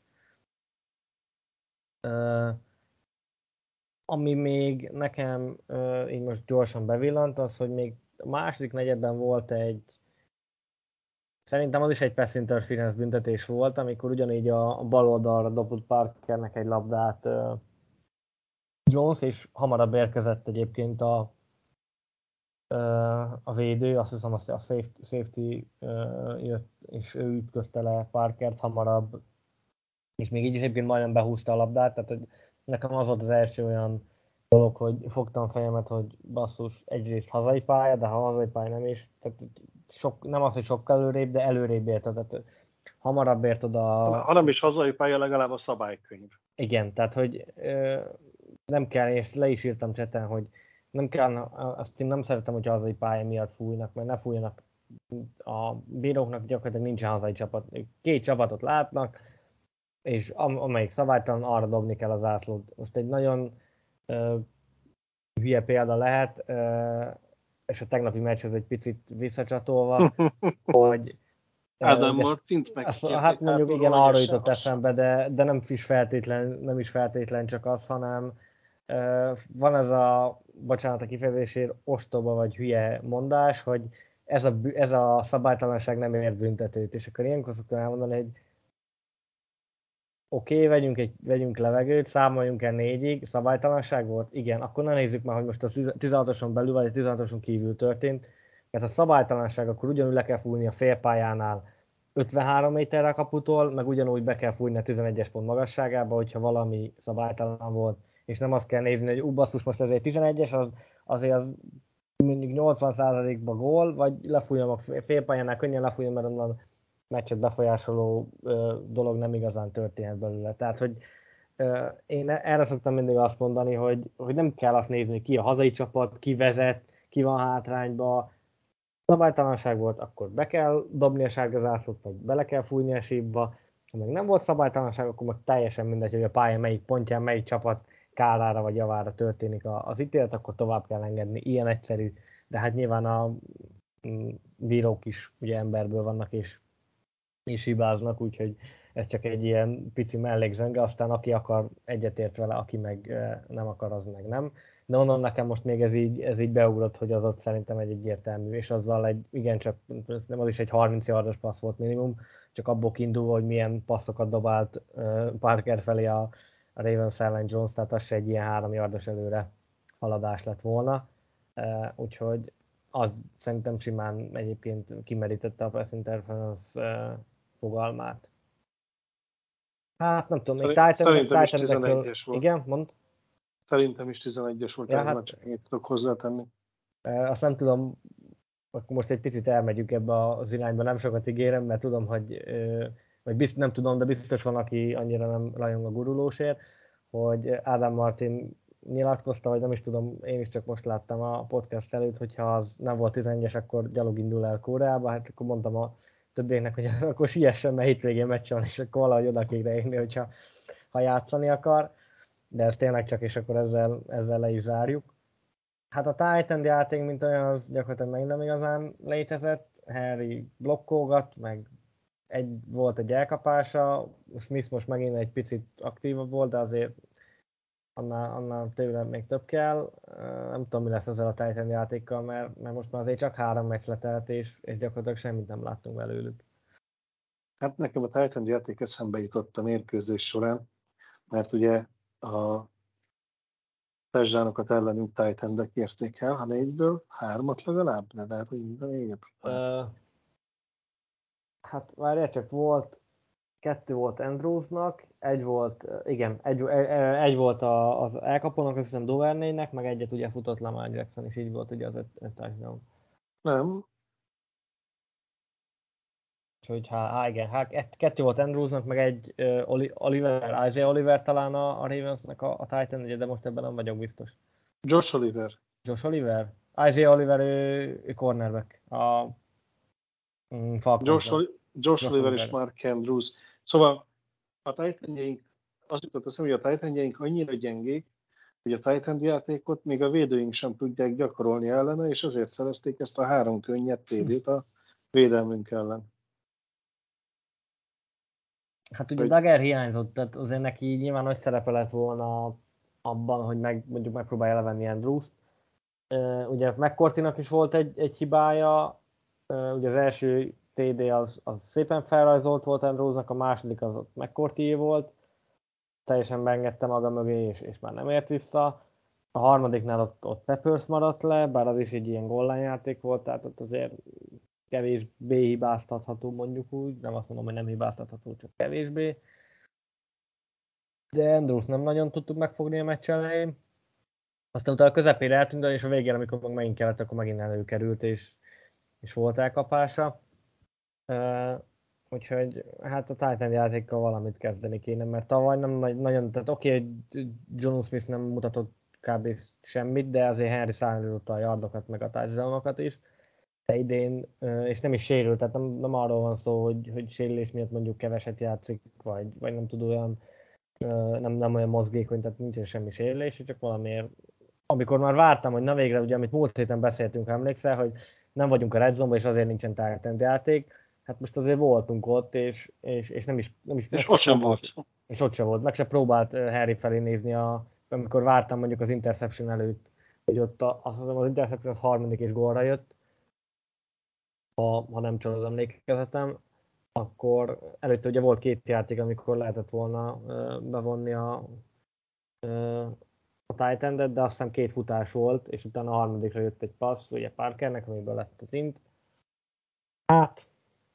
Uh, ami még nekem uh, így most gyorsan bevillant, az, hogy még a második negyedben volt egy, szerintem az is egy pass interference büntetés volt, amikor ugyanígy a, a bal oldalra dobott Parkernek egy labdát uh, Jones, és hamarabb érkezett egyébként a, uh, a védő, azt hiszem a safety, safety uh, jött, és ő ütközte le Parkert hamarabb, és még így is egyébként majdnem behúzta a labdát, tehát hogy nekem az volt az első olyan dolog, hogy fogtam a fejemet, hogy basszus, egyrészt hazai pálya, de ha hazai pálya nem is, tehát sok, nem az, hogy sokkal előrébb, de előrébb ért, tehát hamarabb ért oda... Ha nem is hazai pálya, legalább a szabálykönyv. Igen, tehát hogy ö, nem kell, és le is írtam cseten, hogy nem kell, azt én nem szeretem, hogy hazai pálya miatt fújnak, mert ne fújjanak, a bíróknak gyakorlatilag nincsen hazai csapat, két csapatot látnak, és am- amelyik szabálytalan, arra dobni kell az zászlót. Most egy nagyon uh, hülye példa lehet, uh, és a tegnapi meccshez egy picit visszacsatolva, hogy Adam uh, Martint meg hát mondjuk igen, arra jutott eszembe, de, de nem is feltétlen, nem is feltétlen csak az, hanem uh, van ez a, bocsánat a kifejezésért, ostoba vagy hülye mondás, hogy ez a, ez a szabálytalanság nem ér büntetőt, és akkor ilyenkor szoktam elmondani, hogy oké, okay, vegyünk, egy, vegyünk levegőt, számoljunk el négyig, szabálytalanság volt? Igen, akkor ne nézzük már, hogy most a tizenhatoson belül vagy a tizenhatoson kívül történt, mert a szabálytalanság, akkor ugyanúgy le kell fújni a félpályánál ötvenhárom méterre a kaputól, meg ugyanúgy be kell fújni a tizenegyes pont magasságába, hogyha valami szabálytalan volt, és nem azt kell nézni, hogy ú, basszus, most ez egy tizenegyes, az, azért az mondjuk nyolcvan százalékban gól, vagy lefújom a félpályánál, könnyen lefújom, mert onnan meccset befolyásoló ö, dolog nem igazán történhet belőle. Tehát, hogy ö, én erre szoktam mindig azt mondani, hogy, hogy nem kell azt nézni, ki a hazai csapat, ki vezet, ki van hátrányba. Szabálytalanság volt, akkor be kell dobni a sárga zászlót, vagy bele kell fújni a sípba. Ha meg nem volt szabálytalanság, akkor meg teljesen mindegy, hogy a pálya melyik pontján, melyik csapat kárára vagy javára történik az ítélet, akkor tovább kell engedni. Ilyen egyszerű. De hát nyilván a bírók is ugye emberből vannak, és is hibáznak, úgyhogy ez csak egy ilyen pici mellékzsenge, aztán aki akar egyetért vele, aki meg nem akar, az meg nem. De onnan nekem most még ez így, ez így beugrott, hogy az ott szerintem egy egyértelmű, és azzal egy, igencsak, nem az is egy harminc yardos passz volt minimum, csak abból kiindulva, hogy milyen passzokat dobált Parker felé a, a Ravens ellen Jones, tehát az se egy ilyen három yardos előre haladás lett volna. Úgyhogy az szerintem simán egyébként kimerítette a pass interference fogalmát. Hát nem tudom, még Szerint, Szerintem is Titan tizenegyes volt. Igen, mond? Szerintem is tizenegyes volt, ja, ez hát, már csak ennyit tudok hozzátenni. Azt nem tudom, akkor most egy picit elmegyünk ebbe az irányba, nem sokat ígérem, mert tudom, hogy, vagy bizt, nem tudom, de biztos van, aki annyira nem rajong a gurulósért, hogy Adam Martin nyilatkozta, vagy nem is tudom, én is csak most láttam a podcast előtt, hogyha az nem volt tizenegyes, akkor gyalog indul el Koreába, hát akkor mondtam a többieknek, hogy akkor siessen, mert hétvégén meccs van, és akkor valahogy oda kéne érni, hogyha ha játszani akar, de ez tényleg csak, és akkor ezzel, ezzel le is zárjuk. Hát a Titan játék, mint olyan, az gyakorlatilag meg nem igazán létezett. Harry blokkolgat, meg egy, volt egy elkapása, Smith most megint egy picit aktívabb volt, de azért annál, annál tőle még több kell. Nem tudom, mi lesz ezzel a Titan játékkal, mert, mert most már azért csak három meccs letelt, és, és gyakorlatilag semmit nem láttunk belőlük. Hát nekem a Titan játék eszembe jutott a mérkőzés során, mert ugye a touchdownokat ellenünk Titan-dek érték el, ha négyből hármat legalább, de lehet, hogy minden négyet. Uh, hát várjál csak, volt, kettő volt Andrewsnak, egy volt, igen, egy, egy volt a, az elkapónak, azt hiszem Duvernaynek, meg egyet ugye futott Lamar Jackson, és így volt ugye az öt, öt touchdown. Nem. Úgyhogy há, há, igen, há, kettő volt Andrewsnak, meg egy uh, Oliver, Isaiah Oliver talán a, a Ravensnek a, a Titan, ugye, de most ebben nem vagyok biztos. Josh Oliver. Josh Oliver? Isaiah Oliver, ő, ő cornerback a mm, Josh, Falconsban. Oli- Josh, Josh Oliver és Oliver. Mark Andrews. Szóval a Titanjeink, az jutott eszembe, hogy a Titanjeink annyira gyengék, hogy a Titan játékot még a védőink sem tudják gyakorolni ellene, és azért szerezték ezt a három könnyed té dét a védelmünk ellen. Hát ugye Hogy Dagger hiányzott, tehát azért neki nyilván nagy szerepe lett volna abban, hogy meg, mondjuk megpróbálja levenni Andrews-t. Uh, ugye McCourtynak is volt egy, egy hibája, uh, ugye az első té dé az, az szépen felrajzolt volt Andrewsnak, a második az ott McCourtyé volt, teljesen beengedte maga mögé, és, és már nem ért vissza. A harmadiknál ott, ott Peppers maradt le, bár az is egy ilyen goal-line-játék volt, tehát ott azért kevésbé hibáztatható, mondjuk úgy, nem azt mondom, hogy nem hibáztatható, csak kevésbé. De Andrews nem nagyon tudtuk megfogni a meccs elején. Aztán utána a közepére eltűnt, és a végén, amikor meg megint kellett, akkor megint előkerült, és, és volt elkapása. Uh, úgyhogy hát a Titan játékkal valamit kezdeni kéne, mert tavaly nem nagyon, tehát oké, okay, hogy John Smith nem mutatott kb. Semmit, de azért Henry szállította a yardokat, meg a touchdownokat is. De idén, uh, és nem is sérült, tehát nem, nem arról van szó, hogy, hogy sérülés miatt mondjuk keveset játszik, vagy, vagy nem tud olyan, uh, nem, nem olyan mozgékony, tehát nincsen semmi sérülés, csak valamiért amikor már vártam, hogy na végre, ugye, amit múlt héten beszéltünk, emlékszel, hogy nem vagyunk a Red Zone-ban, és azért nincsen Titan játék, hát most azért voltunk ott, és, és, és nem is, nem is és meg ott se sem próbált, volt. és ott sem volt, meg se próbált Harry felé nézni, a, amikor vártam mondjuk az interception előtt, hogy ott a, azt hiszem az interception az harmadik és gólra jött, ha, ha nem csak az emlékezetem, akkor előtte ugye volt két játék, amikor lehetett volna uh, bevonni a uh, a titan de azt hiszem két futás volt, és utána a harmadikra jött egy passz, ugye Parkernek, amiből lett az int. Hát,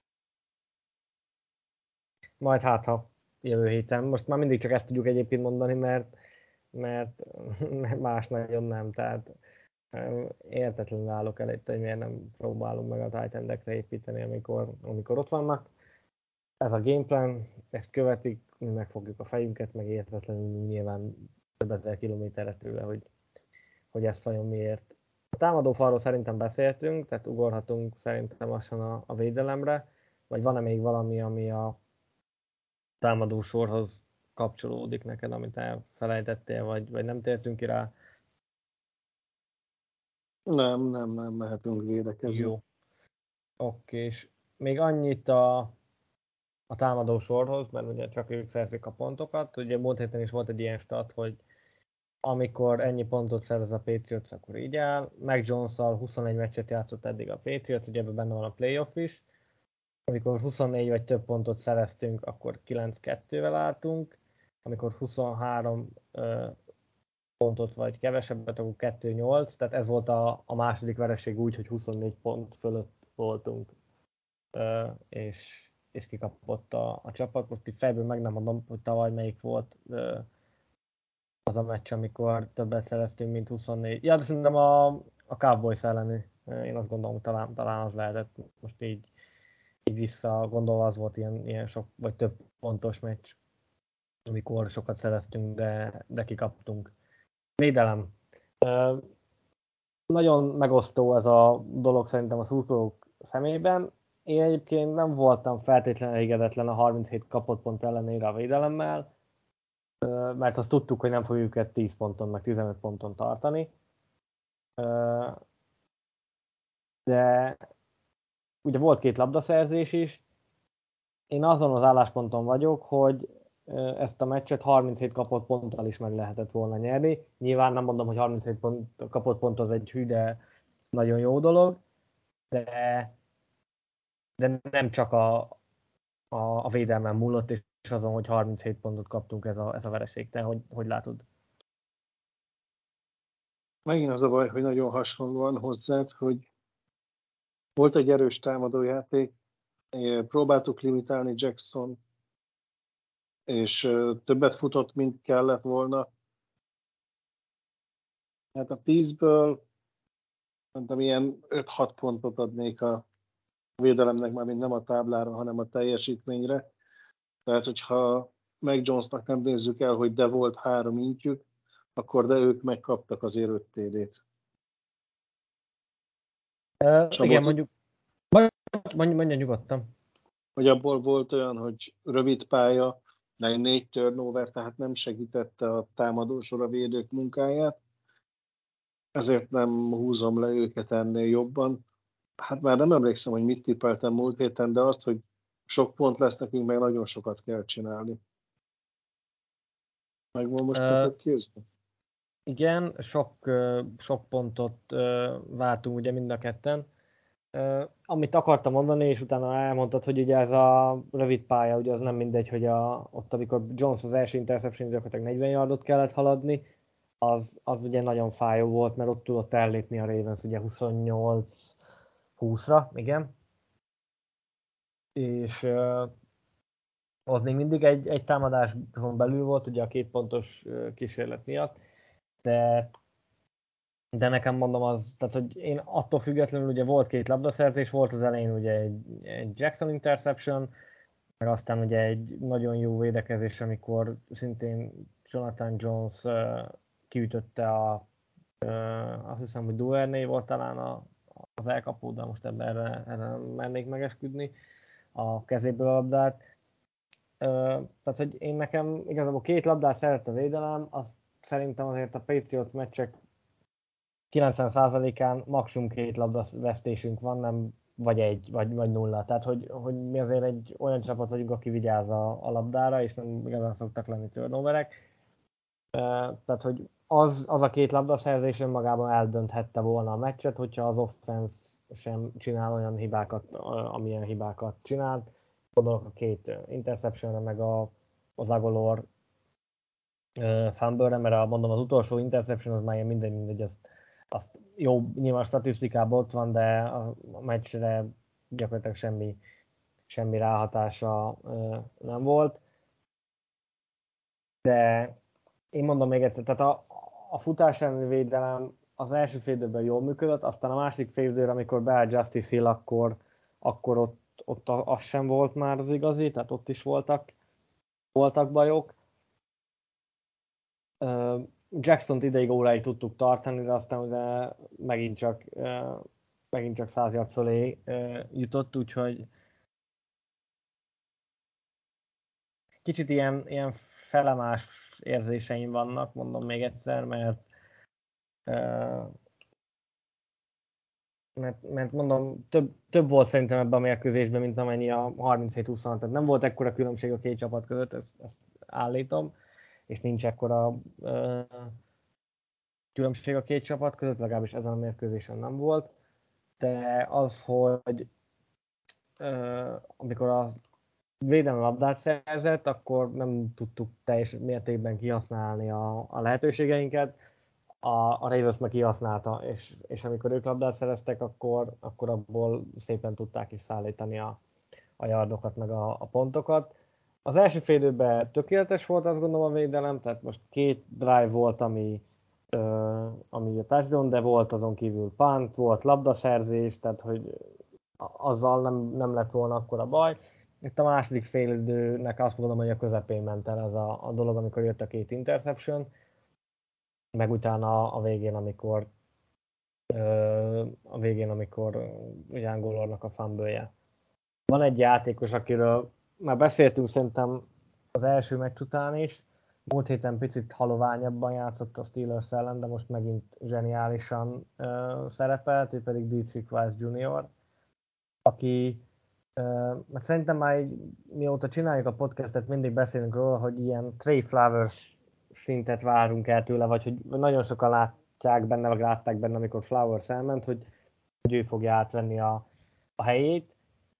majd hát, ha jövő héten. Most már mindig csak ezt tudjuk egyébként mondani, mert, mert, mert más nagyon nem, tehát értetlenül állok előtt, hogy miért nem próbálunk meg a Titan-dekre építeni, amikor, amikor ott vannak. Ez a gameplan, ezt követik, mi megfogjuk a fejünket, meg értetlenül nyilván több ezer kilométerre tőle, hogy, hogy ezt vajon miért. A támadófalról szerintem beszéltünk, tehát ugorhatunk szerintem lassan a, a védelemre, vagy van-e még valami, ami a támadósorhoz kapcsolódik neked, amit elfelejtettél, vagy, vagy nem tértünk ki rá? Nem, nem, nem mehetünk védekezni. Jó. Oké, és még annyit a, a támadósorhoz, mert ugye csak ők szerzik a pontokat. Ugye múlt héten is volt egy ilyen stat, hogy amikor ennyi pontot szerez a Patriots, akkor így áll. Mac Jones-szal huszonegy meccset játszott eddig a Patriots, ugye ebben benne van a playoff is. Amikor huszonnégy vagy több pontot szereztünk, akkor kilenc kettővel álltunk. Amikor huszonhárom ö, pontot vagy kevesebbet, akkor kettő nyolc. Tehát ez volt a, a második vereség úgy, hogy huszonnégy pont fölött voltunk, ö, és, és kikapott a, a csapat. Most itt fejből meg nem mondom, hogy tavaly melyik volt ö, az a meccs, amikor többet szereztünk, mint huszonnégy. Ja, de szerintem a, a Cowboys elleni. Én azt gondolom, hogy talán, talán az lehetett. Most így, így vissza gondolva az volt ilyen, ilyen sok, vagy több pontos meccs, amikor sokat szereztünk, de, de kikaptunk. Védelem. Nagyon megosztó ez a dolog szerintem a szurkolók szemében. Én egyébként nem voltam feltétlenül elégedetlen a harminchét kapott pont ellenére a védelemmel, mert azt tudtuk, hogy nem fogjuk őket tíz ponton, meg tizenöt ponton tartani. de ugye volt két labdaszerzés is. Én azon az állásponton vagyok, hogy ezt a meccset harminchét kapott ponttal is meg lehetett volna nyerni. Nyilván nem mondom, hogy harminchét pont, kapott pont az egy hű, de nagyon jó dolog, de, de nem csak a, a, a védelmen múlott, és azon, hogy harminchét pontot kaptunk ez a, ez a vereség. Te hogy, hogy látod? Megint az a baj, hogy nagyon hasonlóan hozzád, hogy volt egy erős támadójáték, próbáltuk limitálni Jackson, és többet futott, mint kellett volna. Hát a tízből mondtam, ilyen öt-hat pontot adnék a védelemnek, már mint nem a táblára, hanem a teljesítményre. Tehát, hogyha meg Jonesnak nem nézzük el, hogy de volt három intjük, akkor de ők megkaptak azért öt té dét. Uh, igen, mondjuk, mondj, mondja nyugodtan. Hogy abból volt olyan, hogy rövid pálya, meg négy turnover, tehát nem segítette a támadósor a védők munkáját. Ezért nem húzom le őket ennél jobban. Hát már nem emlékszem, hogy mit tippeltem múlt héten, de azt, hogy sok pont lesz nekünk, meg nagyon sokat kell csinálni. Megvan most uh, neked kézben? Igen, sok, sok pontot váltunk ugye mind a ketten. Uh, amit akartam mondani, és utána elmondtad, hogy ugye ez a rövid pálya, ugye az nem mindegy, hogy a, ott, amikor Jones az első interception gyakorlatilag negyven yardot kellett haladni, az, az ugye nagyon fájó volt, mert ott tudott ellépni a Ravens ugye huszonnyolc húszra, igen. És uh, az még mindig egy, egy támadáson belül volt, ugye a két pontos uh, kísérlet miatt, de De nekem mondom az, tehát hogy én attól függetlenül ugye volt két labdaszerzés, volt az elején ugye egy, egy Jackson interception, meg aztán ugye egy nagyon jó védekezés, amikor szintén Jonathan Jones uh, kiütötte a, uh, azt hiszem, hogy Duvernay volt talán a, az elkapó, de most ebben erre, erre nem mennék megesküdni, a kezéből a labdát. Uh, tehát, hogy én nekem igazából két labdát szeret a védelem, azt szerintem azért a Patriot meccsek kilencven százalékán maximum két labda vesztésünk van, nem vagy egy, vagy, vagy nulla. Tehát, hogy, hogy mi azért egy olyan csapat vagyunk, aki vigyáz a, a labdára, és nem igazán szoktak lenni turnoverek. Tehát, hogy az, az a két labdaszerzés önmagában eldönthette volna a meccset, hogyha az offense sem csinál olyan hibákat, amilyen hibákat csinált. Gondolok a két interceptionre, meg a, az Agolor fumble-re, mert a, mondom, az utolsó interception az már ilyen mindegy, mindegy, azt, azt jó, nyilván statisztikában ott van, de a meccsre gyakorlatilag semmi, semmi ráhatása nem volt. De én mondom még egyszer, tehát a, a futás elleni védelem az első fél időben jól működött, aztán a másik fél időben, amikor beállt Justice Hill, akkor, akkor ott, ott az sem volt már az igazi, tehát ott is voltak, voltak bajok. Jackson-t ideig óráig tudtuk tartani, de aztán ugye megint csak, megint csak száz yard fölé jutott, úgyhogy kicsit ilyen, ilyen felemás érzéseim vannak, mondom még egyszer, mert mert, mert mondom, több, több volt szerintem ebben a mérkőzésben, mint amennyi a harminchét huszonhat, tehát nem volt ekkora különbség a két csapat között, ezt, ezt állítom, és nincs ekkora uh, különbség a két csapat között, legalábbis ezen a mérkőzésen nem volt, de az, hogy uh, amikor a védelmi labdát szerzett, akkor nem tudtuk teljes mértékben kihasználni a, a lehetőségeinket, a, a Ravens meg kihasználta, és, és amikor ők labdát szereztek, akkor, akkor abból szépen tudták is szállítani a, a yardokat, meg a, a pontokat. Az első fél időben tökéletes volt, azt gondolom, a védelem, tehát most két drive volt, ami, ö, ami a touchdown, de volt azon kívül punt, volt labdaszerzés, tehát hogy azzal nem, nem lett volna akkora baj. Itt a második fél időnek azt mondom, hogy a közepén ment el ez a, a dolog, amikor jött a két interception, meg utána a végén, amikor a végén, amikor ugye Angolornak a fumble-je. Van egy játékos, akiről már beszéltünk szerintem az első meccs után is, múlt héten picit haloványabban játszott a Steelers ellen, de most megint zseniálisan uh, szerepelt, ő pedig Dietrich Weiss junior, aki uh, mert szerintem már így, mióta csináljuk a podcastet, mindig beszélünk róla, hogy ilyen Trey Flowers szintet várunk el tőle, vagy hogy nagyon sokan látják benne, vagy látták benne, amikor Flowers elment, hogy, hogy ő fogja átvenni a, a helyét,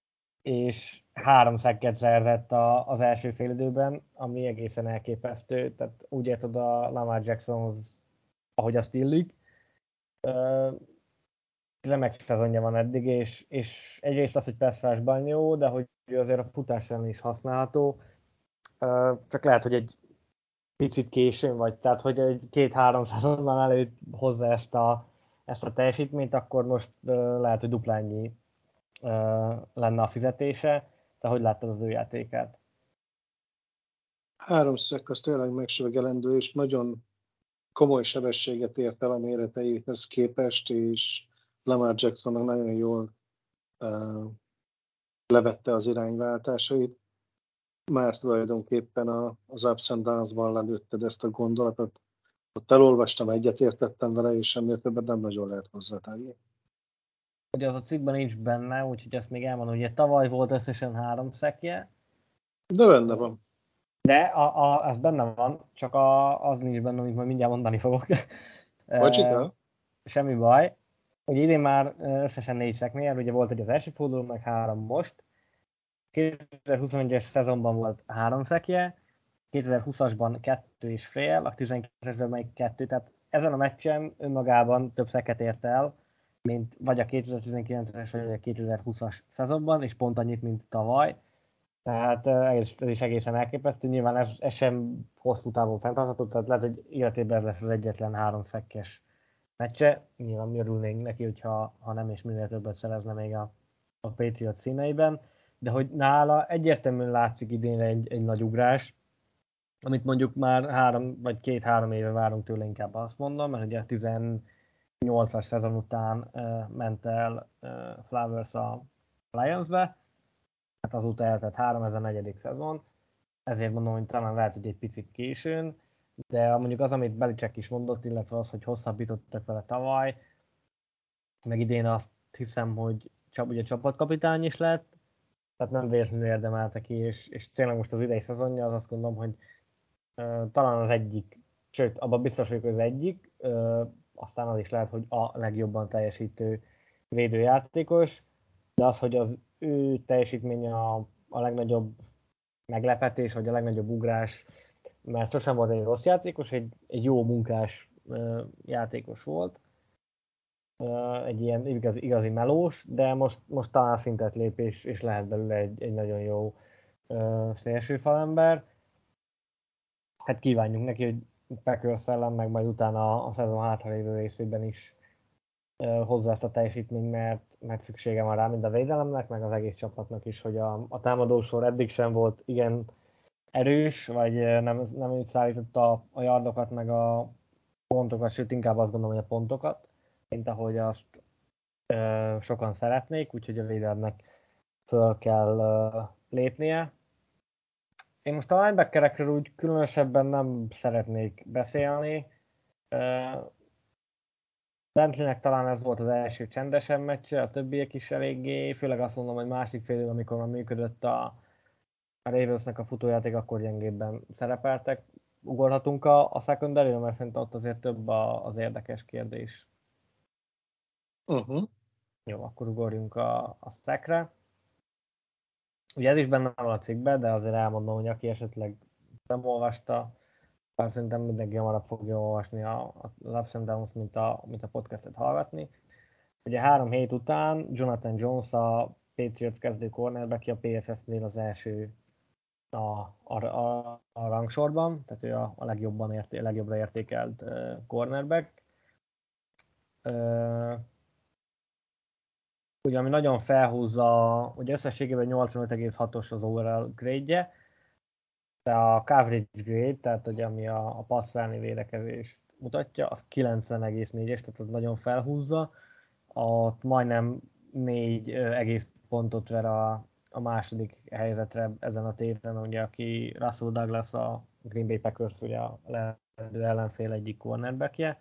és három szekket szerzett a, az első félidőben, ami egészen elképesztő, tehát úgy érted a Lamar Jacksonhoz, ahogy azt illik. Uh, remek szezonja van eddig, és, és egyrészt az, hogy pass-rushban jó, de hogy azért a futás ellen is használható. Uh, csak lehet, hogy egy picit későn vagy, tehát hogy egy két-három szezonnal előtt hozza ezt a, ezt a teljesítményt, akkor most uh, lehet, hogy duplányi uh, lenne a fizetése. Te hogy láttad az ő játékát? Három szek az tényleg megsövegelendő, és nagyon komoly sebességet ért el a méreteihez képest, és Lamar Jacksonnak nagyon jól uh, levette az irányváltásait. Már tulajdonképpen a, az Ups and Downs-ban lelőtted ezt a gondolatot. Ott elolvastam, egyetértettem vele, és ennél többet nem nagyon lehet hozzátenni. Ugye az a cikkben nincs benne, úgyhogy ezt még elmondom, hogy tavaly volt összesen három szekje. De benne van. De a, a, ez benne van, csak a, az nincs benne, amit majd mindjárt mondani fogok. Bocsika? Semmi baj. Ugye idén már összesen négy szeknél, ugye volt egy az első forduló, meg három most. kétezer-huszonegyes szezonban volt három szekje, kétezer-húszasban kettő és fél, a tizenkilencesben meg kettő, tehát ezen a meccsen önmagában több szeket ért el, mint vagy a kétezer-tizenkilences vagy a kétezer-húszas szezonban, és pont annyit, mint tavaly. Tehát ez is egészen elképesztő. Nyilván ez, ez sem hosszú távon fenntartható, tehát lehet, hogy életében ez lesz az egyetlen három szekkes meccse. Nyilván mi örülnénk neki, hogyha ha nem és minél többet szerezne még a, a Patriot színeiben. De hogy nála egyértelműen látszik idénre egy, egy nagy ugrás, amit mondjuk már három vagy két-három éve várunk tőle, inkább azt mondom, mert ugye a tizennyolcas szezon után uh, ment el uh, Flowers a Lionsbe, hát azóta eltett három, ez a negyedik szezon, ezért mondom, hogy talán lehet, hogy egy picit későn, de mondjuk az, amit Belichick is mondott, illetve az, hogy hosszabbítottak vele tavaly, meg idén azt hiszem, hogy ugye csapatkapitány is lett, tehát nem véletlenül érdemelte ki, és, és tényleg most az idei szezonja, az azt gondolom, hogy uh, talán az egyik, sőt, abban biztos vagyok, hogy az egyik, uh, aztán az is lehet, hogy a legjobban teljesítő védőjátékos, de az, hogy az ő teljesítménye a, a legnagyobb meglepetés, vagy a legnagyobb ugrás, mert sosem volt egy rossz játékos, egy, egy jó munkás uh, játékos volt, uh, egy ilyen igazi, igazi melós, de most, most talán szintet lép, és, és lehet belőle egy, egy nagyon jó uh, szélsőfalember. Hát kívánjuk neki, hogy Packers ellen, meg majd utána a szezon hátralévő részében is uh, hozzá ezt a teljesítményt, mert, mert szüksége van rá mind a védelemnek, meg az egész csapatnak is, hogy a, a támadósor eddig sem volt igen erős, vagy nem, nem úgy szállította a, a yardokat, meg a pontokat, sőt inkább azt gondolom, hogy a pontokat, mint ahogy azt ö, sokan szeretnék, úgyhogy a védelemnek föl kell ö, lépnie. Én most a linebackerekről úgy különösebben nem szeretnék beszélni. Bentleynek talán ez volt az első csendesen meccse, a többiek is eléggé, főleg azt mondom, hogy másik fél, amikor már működött a, a Ravensnek a futójáték, akkor gyengébben szerepeltek. Ugorhatunk a, a secondary-re, mert szerintem ott azért több a, az érdekes kérdés. Uh-huh. Jó, akkor ugorjunk a, a szekre. Ugye ez is benne van a cikkben, de azért elmondom, hogy aki esetleg nem olvasta, bár szerintem mindenki hamarabb fogja olvasni a, a Ups and Downs, mint a, mint a podcastet hallgatni. Ugye három hét után Jonathan Jones, a Patriots kezdő cornerback, a pé ef ef-nél az első a, a, a, a rangsorban, tehát ő a, a legjobban érté, legjobbra értékelt uh, cornerback. Uh, ugye ami nagyon felhúzza, ugye összességében nyolcvanöt egész hatos az overall grade-je, de a coverage grade, tehát ugye ami a, a passzálni védekezést mutatja, az kilencven egész négyes, tehát az nagyon felhúzza. Ott majdnem négy egész pontot ver a, a második helyzetre ezen a téren, ugye aki Russell Douglas a Green Bay Packers ugye a lehető ellenfél egyik cornerbackje.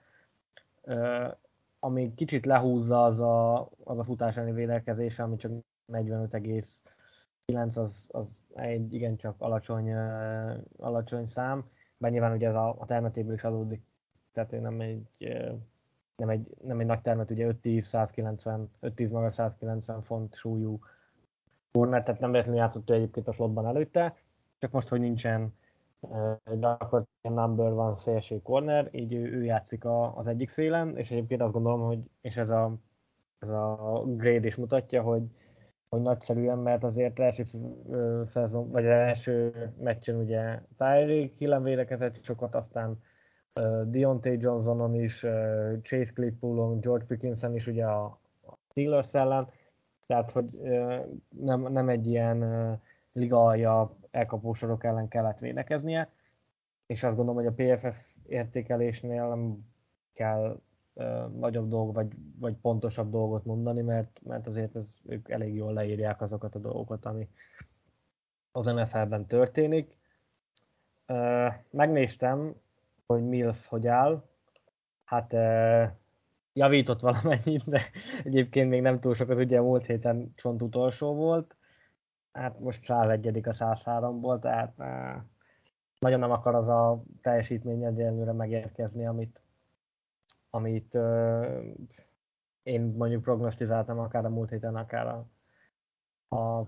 Ami kicsit lehúzza az a, az a futás elleni védekezés, ami csak negyvenöt egész kilenc, az, az egy igencsak alacsony, uh, alacsony szám, bár nyilván ugye ez a, a termetéből is adódik, tehát ő nem egy, uh, nem egy, nem egy nagy termet, ugye öt tíz százkilencven, öt tíz magas százkilencven font súlyú corner, tehát nem véletlenül játszott ő egyébként a slotban előtte, csak most, hogy nincsen uh, gyakorlatilag number van szélső corner, így ő, ő játszik a, az egyik szélen, és egyébként azt gondolom, hogy és ez a, ez a grade is mutatja, hogy hogy nagyszerűen, mert azért első szezon, vagy első meccsen ugye Tyreek Hillen védekezett sokat, aztán uh, Deontay Johnsonon is, uh, Chase Claypoolon, George Pickenson is ugye a, a Steelers ellen, tehát hogy uh, nem, nem egy ilyen uh, liga alja elkapósorok ellen kellett védekeznie, és azt gondolom, hogy a pé ef ef értékelésnél nem kell nagyobb dolg, vagy, vagy pontosabb dolgot mondani, mert, mert azért ez, ők elég jól leírják azokat a dolgokat, ami az en ef el-ben történik. Megnéztem, hogy Mills hogy áll. Hát javított valamennyit, de egyébként még nem túl sokat, ugye a múlt héten csont utolsó volt. Hát most százegyedik a száz háromból, tehát nagyon nem akar az a teljesítmény egyelőre megérkezni, amit amit uh, én mondjuk prognosztizáltam akár a múlt héten, akár a, a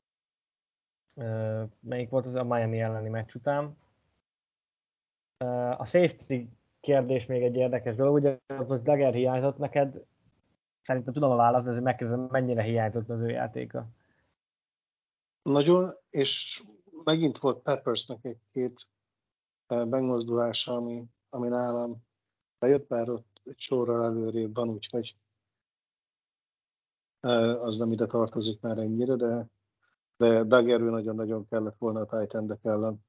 uh, melyik volt az a Miami elleni meccs után. Uh, a safety kérdés még egy érdekes dolog, ugye hogy Dagger hiányzott neked, szerintem tudom a választ, de megkérdezem, mennyire hiányzott az ő játéka. Nagyon, és megint volt Peppersnek egy-két megmozdulása, ami, ami nálam bejött, bár ott egy sorral előrébb van, úgyhogy az nem ide tartozik már ennyire, de, de Daggerő nagyon-nagyon kellett volna a tight endek ellen.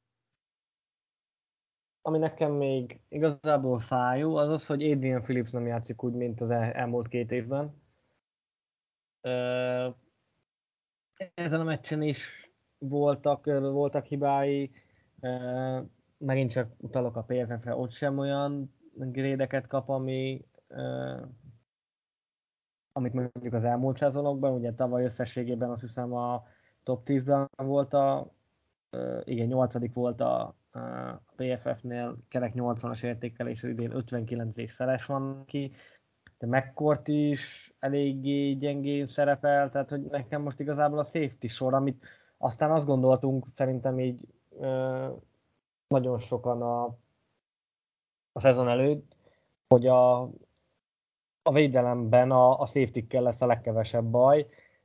Ami nekem még igazából fájó, az az, hogy Adrian Phillips nem játszik úgy, mint az el, elmúlt két évben. Uh, ezen a meccsen is voltak, voltak hibái, uh, megint csak utalok a pé ef ef-re, ott sem olyan grédeket kap, ami, uh, amit mondjuk az elmúlt szezonokban, ugye tavaly összességében azt hiszem a top tízben volt a, uh, igen, nyolcadik volt a, a pé ef ef-nél, kerek nyolcvanas értékelés, idén ötvenkilenc és feles van ki, de McCourt is eléggé gyengén szerepel, tehát hogy nekem most igazából a safety sor, amit aztán azt gondoltunk szerintem így ö, nagyon sokan a, a szezon előtt, hogy a, a védelemben a, a safety-kkel lesz a legkevesebb baj.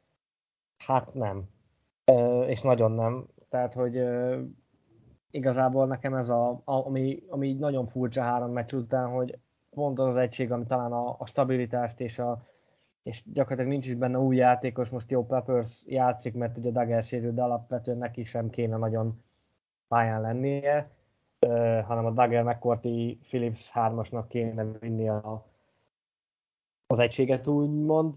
Hát nem. Ö, és nagyon nem. Tehát, hogy ö, igazából nekem ez a, a ami, ami így nagyon furcsa három meccs után, hogy pont az az egység, ami talán a, a stabilitást és a és gyakorlatilag nincs is benne új játékos, most jó Peppers játszik, mert ugye Dagger sérül, de alapvetően neki sem kéne nagyon pályán lennie, uh, hanem a Dagger McCourty Phillips hármasnak kéne vinni a, az egységet úgymond,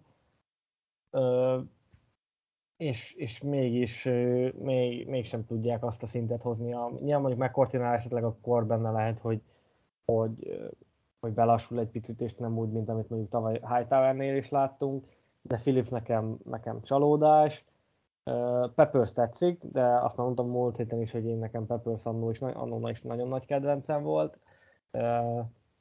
uh, és, és mégis uh, még, mégsem tudják azt a szintet hozni. A, nyilván mondjuk McCourtynál esetleg akkor benne lehet, hogy, hogy uh, hogy belassul egy picit, és nem úgy, mint amit mondjuk tavaly Hightowernél is láttunk, de Phillips nekem, nekem csalódás. Uh, Peppers tetszik, de azt már mondtam múlt héten is, hogy én nekem Peppers annó is, annó is nagyon nagy kedvencem volt. Uh,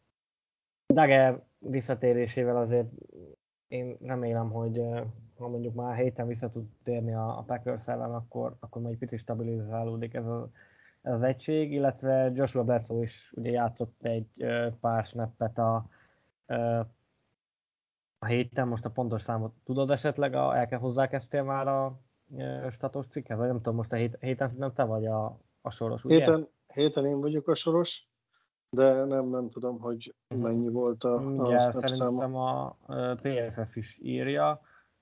Dagger visszatérésével azért én remélem, hogy uh, ha mondjuk már héten vissza tud térni a, a Packers ellen, akkor, akkor majd egy picit stabilizálódik ez, a, ez az egység, illetve Joshua Bledsoe is ugye játszott egy uh, pár snappet a, uh, a héten, most a pontos számot tudod esetleg, a, el kell hozzákezdtél már a uh, status cikkhez, vagy nem tudom, most a hét, héten nem te vagy a, a soros, ugye? Héten, héten én vagyok a soros, de nem, nem tudom, hogy Uh-huh. mennyi volt a, a Mindjárt snap száma. szerintem a pé ef ef is írja,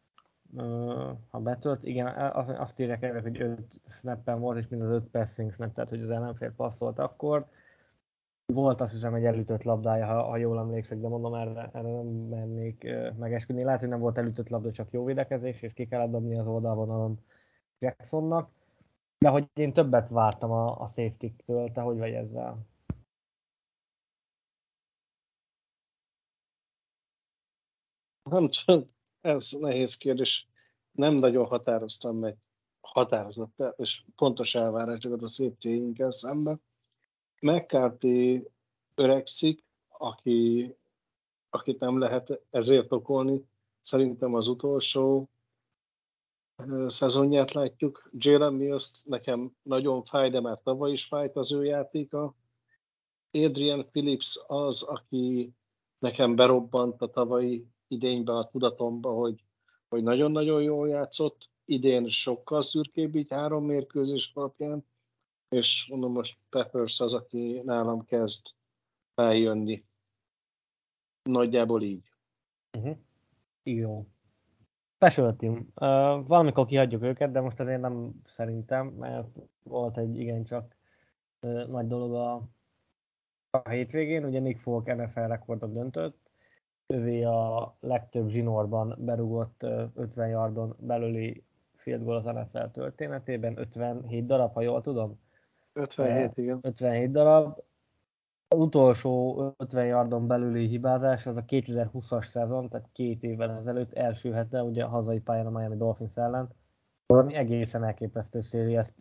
ha betölt, igen, azt írják el, hogy öt snappen volt, és mind az öt passing snap, tehát hogy az ellenfél passzolt akkor. Volt azt hiszem egy elütött labdája, ha, ha jól emlékszek, de mondom, erre, erre nem mernék megesküdni. Lehet, hogy nem volt elütött labda, csak jó védekezés, és ki kellett dobni az oldalvonalon Jacksonnak. De hogy én többet vártam a, a safety-től, te hogy vagy ezzel? Nem csak, ez nehéz kérdés. Nem nagyon határoztam meg határozott és pontos elvárásokat a safety-inkkel szemben. McCarthy öregszik, aki, akit nem lehet ezért okolni. Szerintem az utolsó szezonját látjuk. Jalen Mills nekem nagyon fáj, de már tavaly is fájt az ő játéka. Adrian Phillips az, aki nekem berobbant a tavalyi idényben a tudatomba, hogy, hogy nagyon-nagyon jól játszott. Idén sokkal szürkébb így három mérkőzés alapján, és mondom most Peppers az, aki nálam kezd feljönni. Nagyjából így. Uh-huh. Jó. Special team. Uh, valamikor kihagyjuk őket, de most azért nem szerintem, mert volt egy igencsak uh, nagy dolog a, a hétvégén. Ugye Nick Folk en ef el rekordot döntött. Ővé a legtöbb zsinórban berúgott uh, ötven yardon belüli field goal az en ef el történetében. ötvenhét darab, ha jól tudom. ötvenhét, igen. ötvenhét darab. Az utolsó ötven yardon belüli hibázás az a kétezer-húszas szezon, tehát két évvel ezelőtt első hete, ugye a hazai pályán a Miami Dolphins ellen. Valami egészen elképesztő széri. Ezt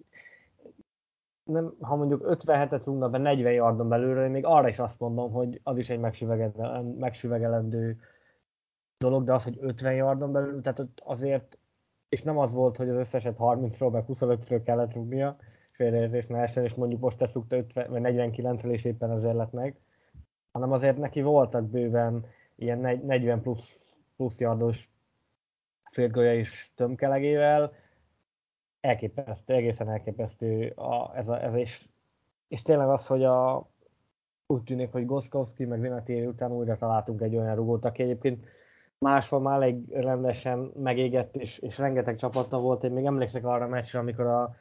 nem, ha mondjuk ötvenhetet rúgna be negyven yardon belülről, én még arra is azt mondom, hogy az is egy megsüvegelendő dolog, de az, hogy ötven yardon belül, tehát azért, és nem az volt, hogy az összeset harmincról, meg huszonötről kellett rúgnia, félreértés ne essen, és mondjuk most ezt rúgta ötven, vagy negyvenkilencről, és éppen azért lett meg, hanem azért neki voltak bőven ilyen negyven plusz, plusz yardos field goalja is tömkelegével. Elképesztő, egészen elképesztő a, ez, a, ez is. És tényleg az, hogy a, úgy tűnik, hogy Gostkowski meg Vinatieri után újra találtunk egy olyan rugót, aki egyébként máshol már elég rendesen megégett, és, és rengeteg csapata volt. Én még emlékszek arra a meccsre, amikor a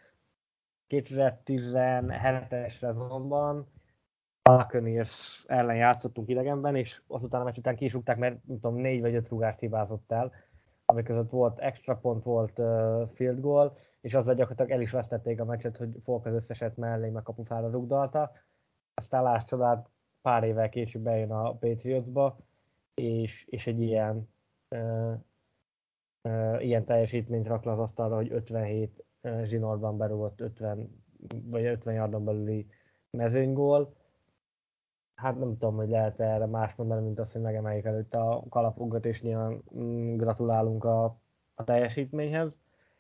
kétezer-tizenhetes szezonban Buccaneers ellen játszottunk idegenben, és azután a meccs után ki is rúgták, mert nem tudom, négy vagy öt rúgást hibázott el, amik között volt extra pont, volt uh, field goal, és azzal gyakorlatilag el is vesztették a meccset, hogy Folk az összeset mellé meg kapufára rugdalta. Aztán láss csodát, pár évvel később bejön a Patriotsba, és, és egy ilyen, uh, uh, ilyen teljesítményt rak le az asztalra, hogy ötvenhét uh, zsinórban berúgott ötven, vagy ötven yardon belüli mezőnygól. Hát nem tudom, hogy lehet erre más mondani, mint azt, hogy megemeljük előtt a kalapunkat, és nyilván mm, gratulálunk a, a teljesítményhez.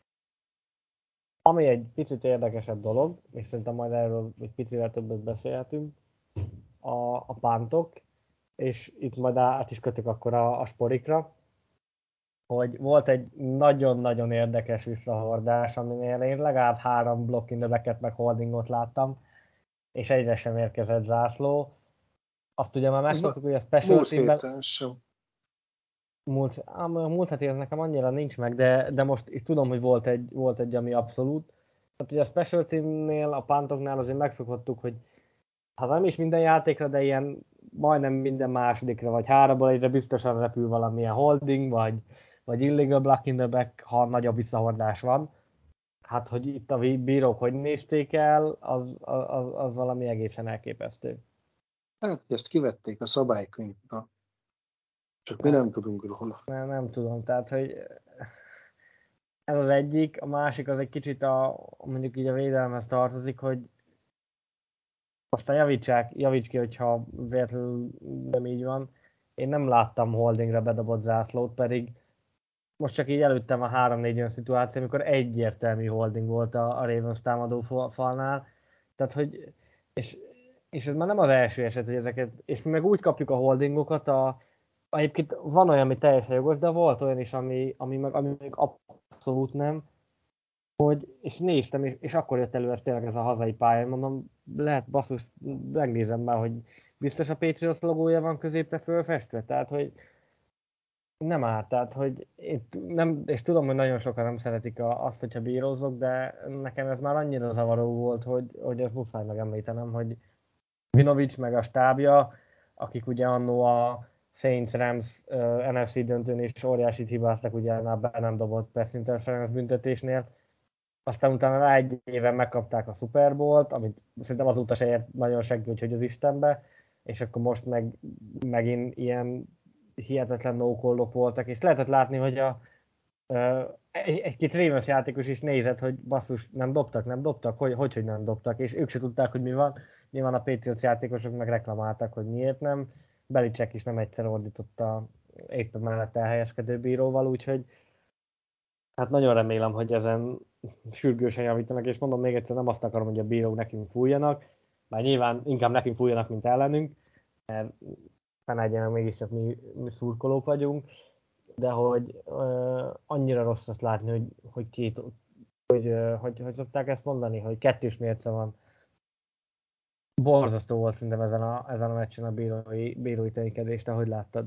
Ami egy picit érdekesebb dolog, és szerintem majd erről egy picivel többet beszélhetünk, a, a pántok, és itt majd át is kötök akkor a, a sporikra, hogy volt egy nagyon-nagyon érdekes visszahordás, aminél én legalább három block in the back-et meg holdingot láttam, és egyre sem érkezett zászló. Azt ugye már megszoktuk, hogy a special Múlt teamben... héten sem. Múlt, a múlt heti ez nekem annyira nincs meg, de, de most itt tudom, hogy volt egy, volt egy, ami abszolút. Tehát ugye a special teamnél, a pántoknál azért megszokhattuk, hogy hát nem is minden játékra, de ilyen majdnem minden másodikra, vagy háromból egyre biztosan repül valamilyen holding, vagy, vagy illegal block in the back, ha nagyobb visszahordás van. Hát, hogy itt a bírók hogy nézték el, az, az, az valami egészen elképesztő. Hát ezt kivették a szabálykönyvből. Csak mi nem tudunk róla. Nem, nem tudom, tehát, hogy ez az egyik, a másik az egy kicsit a, mondjuk így a védelemhez tartozik, hogy aztán javítsák, javíts ki, hogyha véletlenül nem így van. Én nem láttam holdingra bedobott zászlót, pedig most csak így előttem a három-négy olyan szituáció, amikor egyértelmű holding volt a, a Ravens támadó falnál. Tehát, hogy, és, és ez már nem az első eset, hogy ezeket, és mi meg úgy kapjuk a holdingokat, a, egyébként van olyan, ami teljesen jogos, de volt olyan is, ami, ami meg, ami meg abszolút nem, hogy, és néztem, és, és akkor jött elő ez tényleg ez a hazai pálya, mondom, lehet basszus, megnézem már, hogy biztos a Patriots logója van középre fölfestve, tehát, hogy nem árt, tehát, hogy én nem, és tudom, hogy nagyon sokan nem szeretik a, azt, hogyha bírózok, de nekem ez már annyira zavaró volt, hogy, hogy ezt muszáj megemlítenem, hogy Vinovics meg a stábja, akik ugye annó a Saints Rams uh, en ef cé döntőn is óriásit hibáztak, ugye már be nem dobott pass interference büntetésnél, aztán utána rá egy éven megkapták a Super Bowl-t, amit szerintem azóta se ért nagyon senki, hogy hogy az Istenbe, és akkor most meg megint ilyen hihetetlen no voltak, és lehetett látni, hogy a, egy, egy-két Ravens játékos is nézett, hogy basszus, nem dobtak, nem dobtak, hogy, hogy, hogy nem dobtak, és ők se tudták, hogy mi van. Nyilván a Patriots játékosok meg reklamáltak, hogy miért nem. Belichick is nem egyszer ordította éppen mellette elhelyezkedő bíróval, úgyhogy hát nagyon remélem, hogy ezen sürgősen javítanak, és mondom még egyszer, nem azt akarom, hogy a bírók nekünk fújjanak, már nyilván inkább nekünk fújjanak, mint ellenünk, mert fenn mégiscsak mi, mi szurkolók vagyunk, de hogy uh, annyira rossz azt látni, hogy, hogy két, hogy, uh, hogy, hogy szokták ezt mondani, hogy kettős mérce van. Borzasztó volt szerintem ezen a, ezen a meccsen a bírói, bírói ténykedést, ahogy láttad.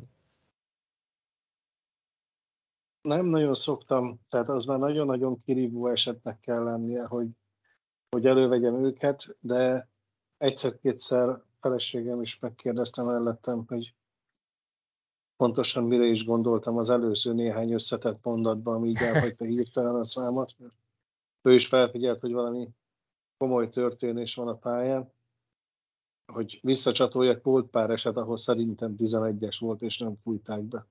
Nem nagyon szoktam, tehát az már nagyon-nagyon kirívó esetnek kell lennie, hogy, hogy elővegyem őket, de egyszer-kétszer feleségem is megkérdezte mellettem, hogy pontosan mire is gondoltam az előző néhány összetett mondatban, ami így elhagyta hirtelen a számat, mert ő is felfigyelt, hogy valami komoly történés van a pályán, hogy visszacsatoljak, volt pár eset, ahol szerintem tizenegyes volt, és nem fújták be.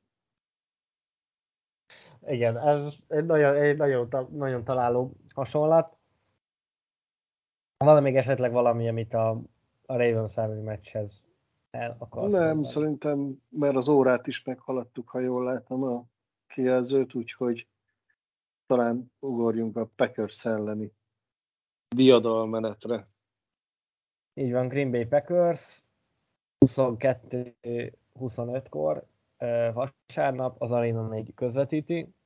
Igen, ez egy nagyon, egy nagyon, nagyon találó hasonlat. Van még esetleg valami, amit a, a Ravens elleni meccshez el akarsz Nem, mondani? szerintem, mert az órát is meghaladtuk, ha jól látom a kijelzőt, úgyhogy talán ugorjunk a Packers elleni diadalmenetre. Így van, Green Bay Packers, huszonkettő huszonötkor vasárnap, az Arena négy közvetíti,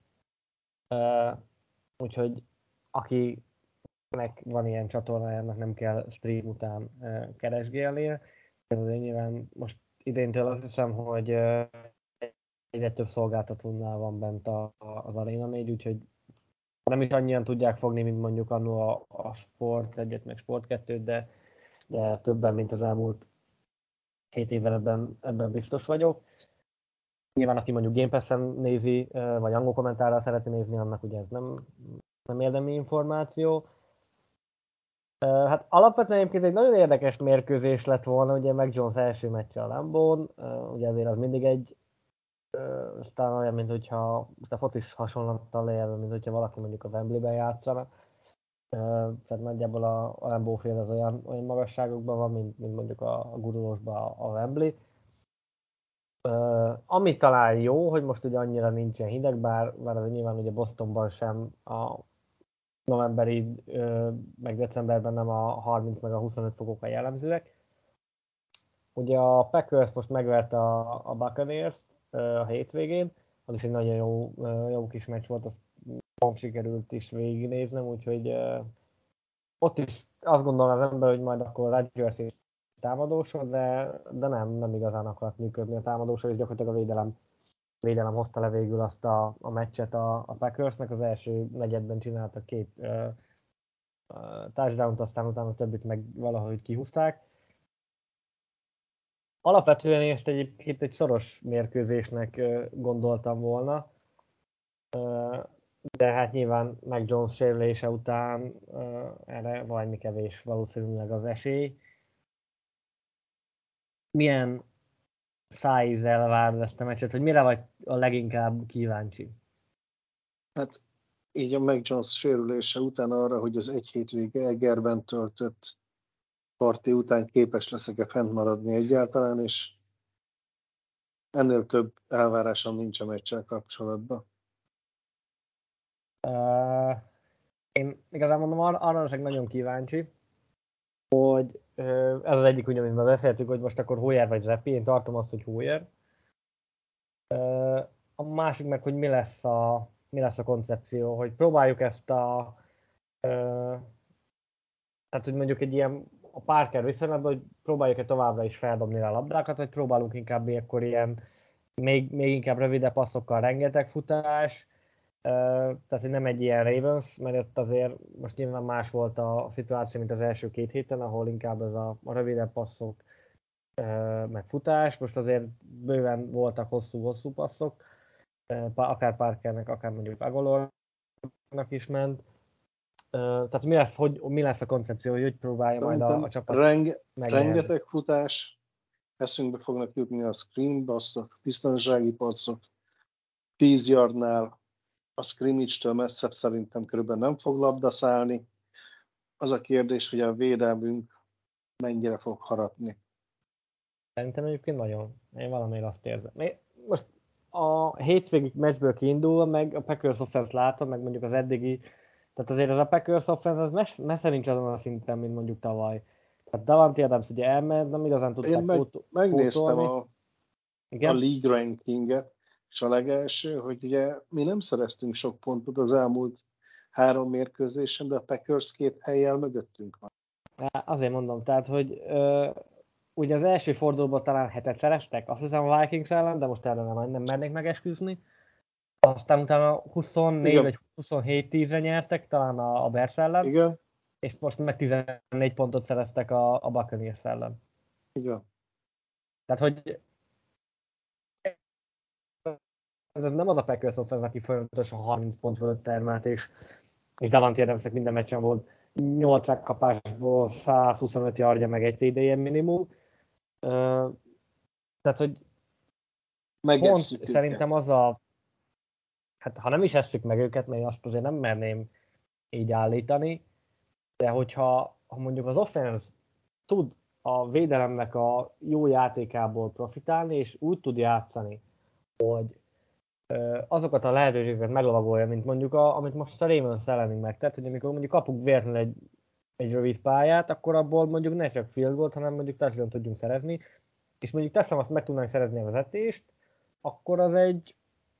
úgyhogy akinek van ilyen csatornájának, nem kell stream után keresgélnie. Ez azért nyilván most idéntől azt hiszem, hogy egyre több szolgáltatónál van bent a, az Arena négy, úgyhogy nem is annyian tudják fogni, mint mondjuk annó a, a Sport egyet, meg Sport kettőt, de, de többen, mint az elmúlt két évben ebben, ebben biztos vagyok. Nyilván, aki mondjuk Game Pass-en nézi, vagy angol kommentárral szereti nézni, annak ugye ez nem, nem érdemi információ. Hát alapvetően egyébként egy nagyon érdekes mérkőzés lett volna, ugye Mac Jones első meccse a Lambón, ugye azért az mindig egy aztán olyan, mint hogyha a focis hasonlattal élve, mint hogyha valaki mondjuk a Wembley-ben játszana. Tehát nagyjából a, a Lambeau Field az olyan, olyan magasságokban van, mint, mint mondjuk a, a gurulósban a, a Wembley. Uh, ami talán jó, hogy most ugye annyira nincsen hideg, bár, bár az nyilván ugye Bostonban sem a novemberi, uh, meg decemberben nem a harminc meg a huszonöt fokok a jellemzőek. Ugye a Packers most megverte a, a Buccaneers uh, a hétvégén, az is egy nagyon jó, uh, jó kis meccs volt, azt pont sikerült is végignéznem, úgyhogy uh, ott is azt gondolom az ember, hogy majd akkor Rodgers is támadósor, de, de nem, nem igazán akart működni a támadósor, és gyakorlatilag a védelem, védelem hozta le végül azt a, a meccset a, a Packersnek. Az első negyedben csináltak két uh, uh, touchdown-t, aztán utána a többit meg valahogy kihúzták. Alapvetően én ezt egyébként egy szoros mérkőzésnek uh, gondoltam volna, uh, de hát nyilván Mac Jones sérülése után uh, erre valami kevés valószínűleg az esély. Milyen szájízzel várod ezt a meccset, hogy mire vagy a leginkább kíváncsi? Hát így a Mac Jones sérülése után arra, hogy az egy hétvége Egerben töltött parti után képes leszek-e fent maradni egyáltalán, és ennél több elvárásom nincs a meccsel kapcsolatban. Uh, én igazán mondom, arra, arra leszek nagyon kíváncsi, hogy uh, ez az egyik, ugye, amit már beszéltük, hogy most akkor Hoyer vagy Zeppi, én tartom azt, hogy Hoyer. Uh, a másik meg, hogy mi lesz a, mi lesz a koncepció, hogy próbáljuk ezt a uh, tehát, hogy mondjuk egy ilyen a Parker viszonylatban, hogy próbáljuk-e továbbra is feldobni rá a labdákat, vagy próbálunk inkább akkor ilyen még, még inkább rövidebb passzokkal, rengeteg futás, tehát, hogy nem egy ilyen Ravens, mert ott azért most nyilván más volt a szituáció, mint az első két héten, ahol inkább ez a, a rövidebb passzok, meg futás, most azért bőven voltak hosszú-hosszú passzok, akár Parkernek, akár mondjuk Agolornak is ment, tehát mi lesz, hogy, mi lesz a koncepció, hogy hogy próbálja majd a, a csapat renge, megnyerni. rengeteg futás, eszünkbe fognak jutni a screen passzok, biztonsági passzok, tíz yardnál a scrimmage-től messzebb szerintem körülbelül nem fog labda szállni. Az a kérdés, hogy a védelmünk mennyire fog harapni. Szerintem egyébként nagyon. Én valamiért azt érzem. Most a hétvégi meccsből kiindulva, meg a Packers offense látva, meg mondjuk az eddigi, tehát azért az a Packers offense az messze, messze nincs azon a szinten, mint mondjuk tavaly. Tehát Davante Adams ugye elment, nem igazán tudták Én meg, pót- megnéztem pótolni. a, a Igen? league rankinget, és a legelső, hogy ugye mi nem szereztünk sok pontot az elmúlt három mérkőzésen, de a Packers két hellyel mögöttünk van. Azért mondom, tehát, hogy ö, ugye az első fordulóban talán hetet szereztek, azt hiszem a Vikings ellen, de most erre nem, nem mernék megesküzni. Aztán utána huszonnégy Igen. vagy huszonhét tízre nyertek, talán a, a Bears ellen, Igen, és most meg tizennégy pontot szereztek a, a Buccaneers ellen. igen. Tehát, hogy ez nem az a Packers offense, aki folyamatosan harminc pont fölött termelt, és, és Davante Adamsnek minden meccsen volt nyolc kapásból százhuszonöt yardja, meg egy té dé-je minimum. Uh, tehát, hogy pont Megesszük szerintem őket. az a, hát ha nem is esszük meg őket, mert azt azért nem merném így állítani, de hogyha ha mondjuk az offense tud a védelemnek a jó játékából profitálni, és úgy tud játszani, hogy azokat a lehetőségeket meglovagolja, mint mondjuk, a, amit most a Ravens ellenünk megtett, hogy amikor mondjuk kapunk véletlenül egy, egy rövid pályát, akkor abból mondjuk ne csak field goalt, hanem mondjuk touchdown tudjunk szerezni, és mondjuk teszem azt, meg tudnánk szerezni a vezetést, akkor az egy,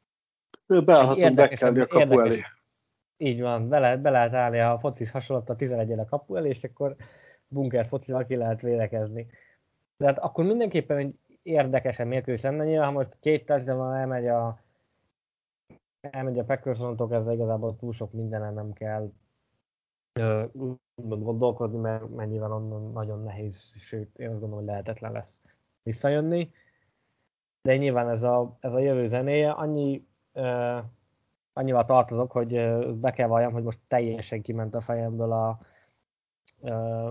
egy Beállhatunk bekkelni érdekesebb, a kapu elé. érdekes, így van, be lehet, be lehet állni a focis hasonlott a tizenegy a kapu elé, és akkor bunker focival ki lehet védekezni. De hát akkor mindenképpen egy érdekesen mérkőzés lenne, nyilván, ha most két touchdown elmegy a elmegy a Packers, onnantól kezdve igazából túl sok mindenen nem kell úgymond gondolkodni, mert mennyivel onnan nagyon nehéz, sőt, én azt gondolom, hogy lehetetlen lesz visszajönni. De nyilván ez a, ez a jövő zenéje, annyi, uh, annyival tartozok, hogy uh, be kell valljam, hogy most teljesen kiment a fejemből a, uh,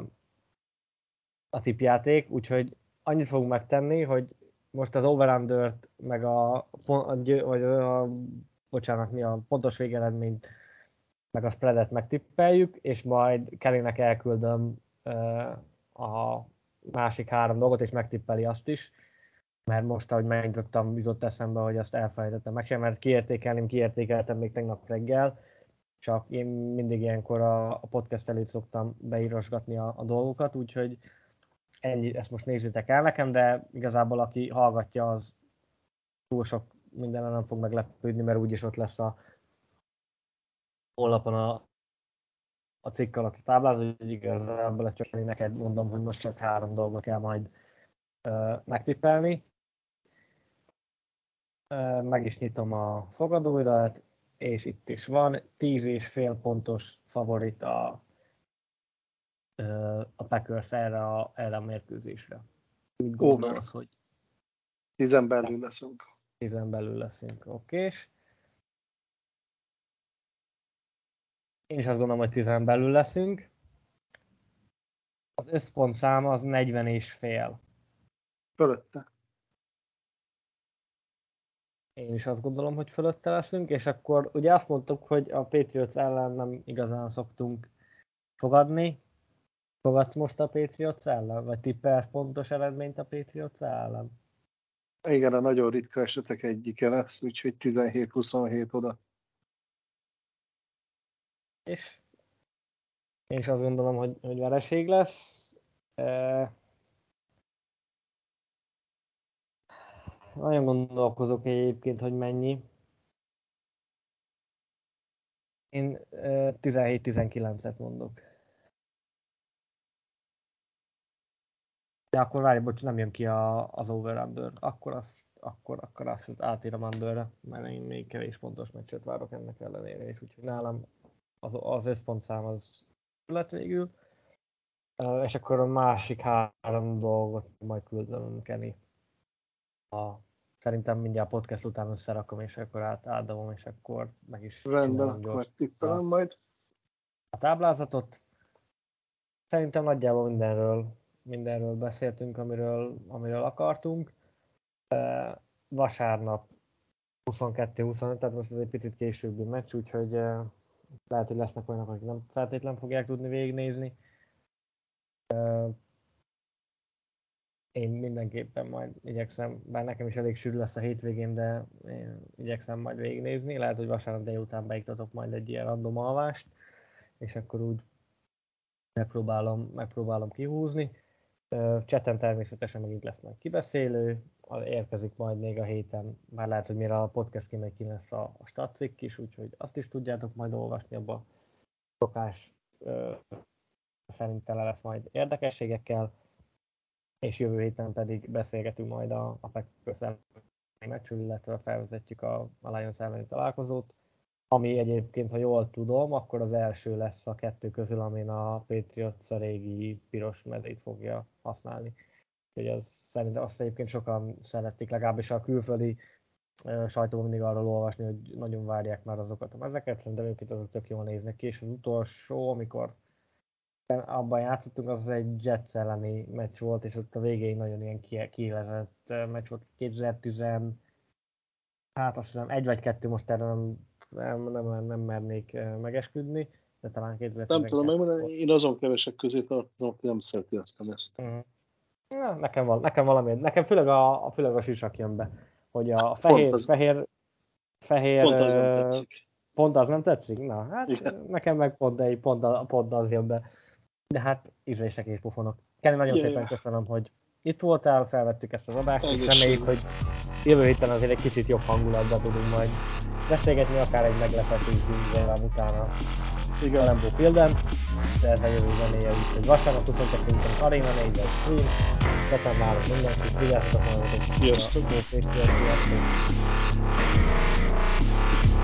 a tipjáték, úgyhogy annyit fogunk megtenni, hogy most az over-undert, meg a, a, vagy a, a bocsánat, mi a pontos végeredményt, meg a spreadet megtippeljük, és majd Kellynek elküldöm uh, a másik három dolgot, és megtippeli azt is, mert most, ahogy megnyitottam, jutott eszembe, hogy azt elfelejtettem meg sem, mert kiértékelném, kiértékeltem még tegnap reggel, csak én mindig ilyenkor a, a podcast előtt szoktam beírosgatni a, a dolgokat, úgyhogy ennyi, ezt most nézzétek el nekem, de igazából aki hallgatja, az túl sok mindenen nem fog meglepődni, mert úgyis ott lesz a honlapon a, a cikk alatt a táblázat, hogy igazából ezt csak én neked mondom, hogy most csak három dolgot kell majd uh, megtippelni. Uh, meg is nyitom a fogadóirat, és itt is van tíz és fél pontos favorit a, uh, a Packers erre a, erre a mérkőzésre. Mit gondolsz, hogy Tizen belül leszünk. tizen belül leszünk, okés? Én is azt gondolom, hogy tizen belül leszünk. Az összpontszám az negyven és fél. Fölötte. Én is azt gondolom, hogy fölötte leszünk, és akkor ugye azt mondtuk, hogy a Patriots ellen nem igazán szoktunk fogadni. Fogadsz most a Patriots ellen? Vagy tippelsz pontos eredményt a Patriots ellen? Igen, a nagyon ritka esetek egyike lesz, úgyhogy tizenhét huszonhét oda. És én is azt gondolom, hogy, hogy vereség lesz. E... Nagyon gondolkozok egyébként, hogy mennyi. Én e, tizenhét tizenkilencet mondok. De akkor várj, bocs, nem jön ki a, az over-under. Akkor azt, akkor, akkor azt átírom underre, mert én még kevés pontos meccset várok ennek ellenére is, úgyhogy nálam az, az összpontszám az lett végül. Uh, és akkor a másik három dolgot majd küldöm Kenny. A, szerintem mindjárt a podcast után összerakom, és akkor át, átdobom, és akkor meg is Rendben, csinálom akkor gyorsan. megtippelem majd. a táblázatot. Szerintem nagyjából mindenről, mindenről beszéltünk, amiről, amiről akartunk. Vasárnap huszonkettő huszonöt, tehát most ez egy picit későbbi meccs, úgyhogy lehet, hogy lesznek olyanok, akik nem feltétlenül fogják tudni végignézni. Én mindenképpen majd igyekszem, bár nekem is elég sűrű lesz a hétvégén, de én igyekszem majd végignézni. Lehet, hogy vasárnap délután beiktatok majd egy ilyen random alvást, és akkor úgy megpróbálom, megpróbálom kihúzni. Chaten természetesen megint lesz majd kibeszélő, érkezik majd még a héten, már lehet, hogy mire a podcast kimegy, ki lesz a, a statcikk is, úgyhogy azt is tudjátok majd olvasni, abban szokás szerint tele lesz majd érdekességekkel, és jövő héten pedig beszélgetünk majd a, a Packers elleni meccsről, illetve felvezetjük a, a Lions elleni találkozót, ami egyébként, ha jól tudom, akkor az első lesz a kettő közül, amin a Patriots a régi piros mezét fogja használni. Úgyhogy az, szerintem azt egyébként sokan szerették, legalábbis a külföldi uh, sajtóban mindig arról olvasni, hogy nagyon várják már azokat a mezeket, szerintem egyébként azok tök jól néznek ki, és az utolsó, amikor abban játszottunk, az egy Jets elleni meccs volt, és ott a végén nagyon ilyen kiélezett meccs volt, kétezer-tíz, hát azt hiszem egy vagy kettő, most erre nem, nem, nem, nem mernék megesküdni, de talán kétezer-tizenkettő. Nem tudom megmondani, én azon kevesek közé tartom, aki nem szereti azt a mezt. Uh-huh. Ja, nekem, val- nekem valami, nekem főleg a, főleg a sisak jön be, hogy a fehér, pont az, fehér, fehér, pont az nem tetszik. Pont az nem tetszik? Na, hát igen. Nekem meg pont, de pont, a, pont az jön be. De hát ízlések és pofonok. Kenny, nagyon yeah, szépen yeah. köszönöm, hogy itt voltál, felvettük ezt az adást, és reméljük, hogy jövő héten azért egy kicsit jobb hangulatban tudunk majd beszélgetni, akár egy meglepetés győzelem utána a Lambeau Fielden, de ez a jövő zenéje, úgyhogy vasárnap huszonkettőn Arena négy stream, Cseten várunk mindenkit, vigyázzatok magukat, és sziasztok! Sziasztok!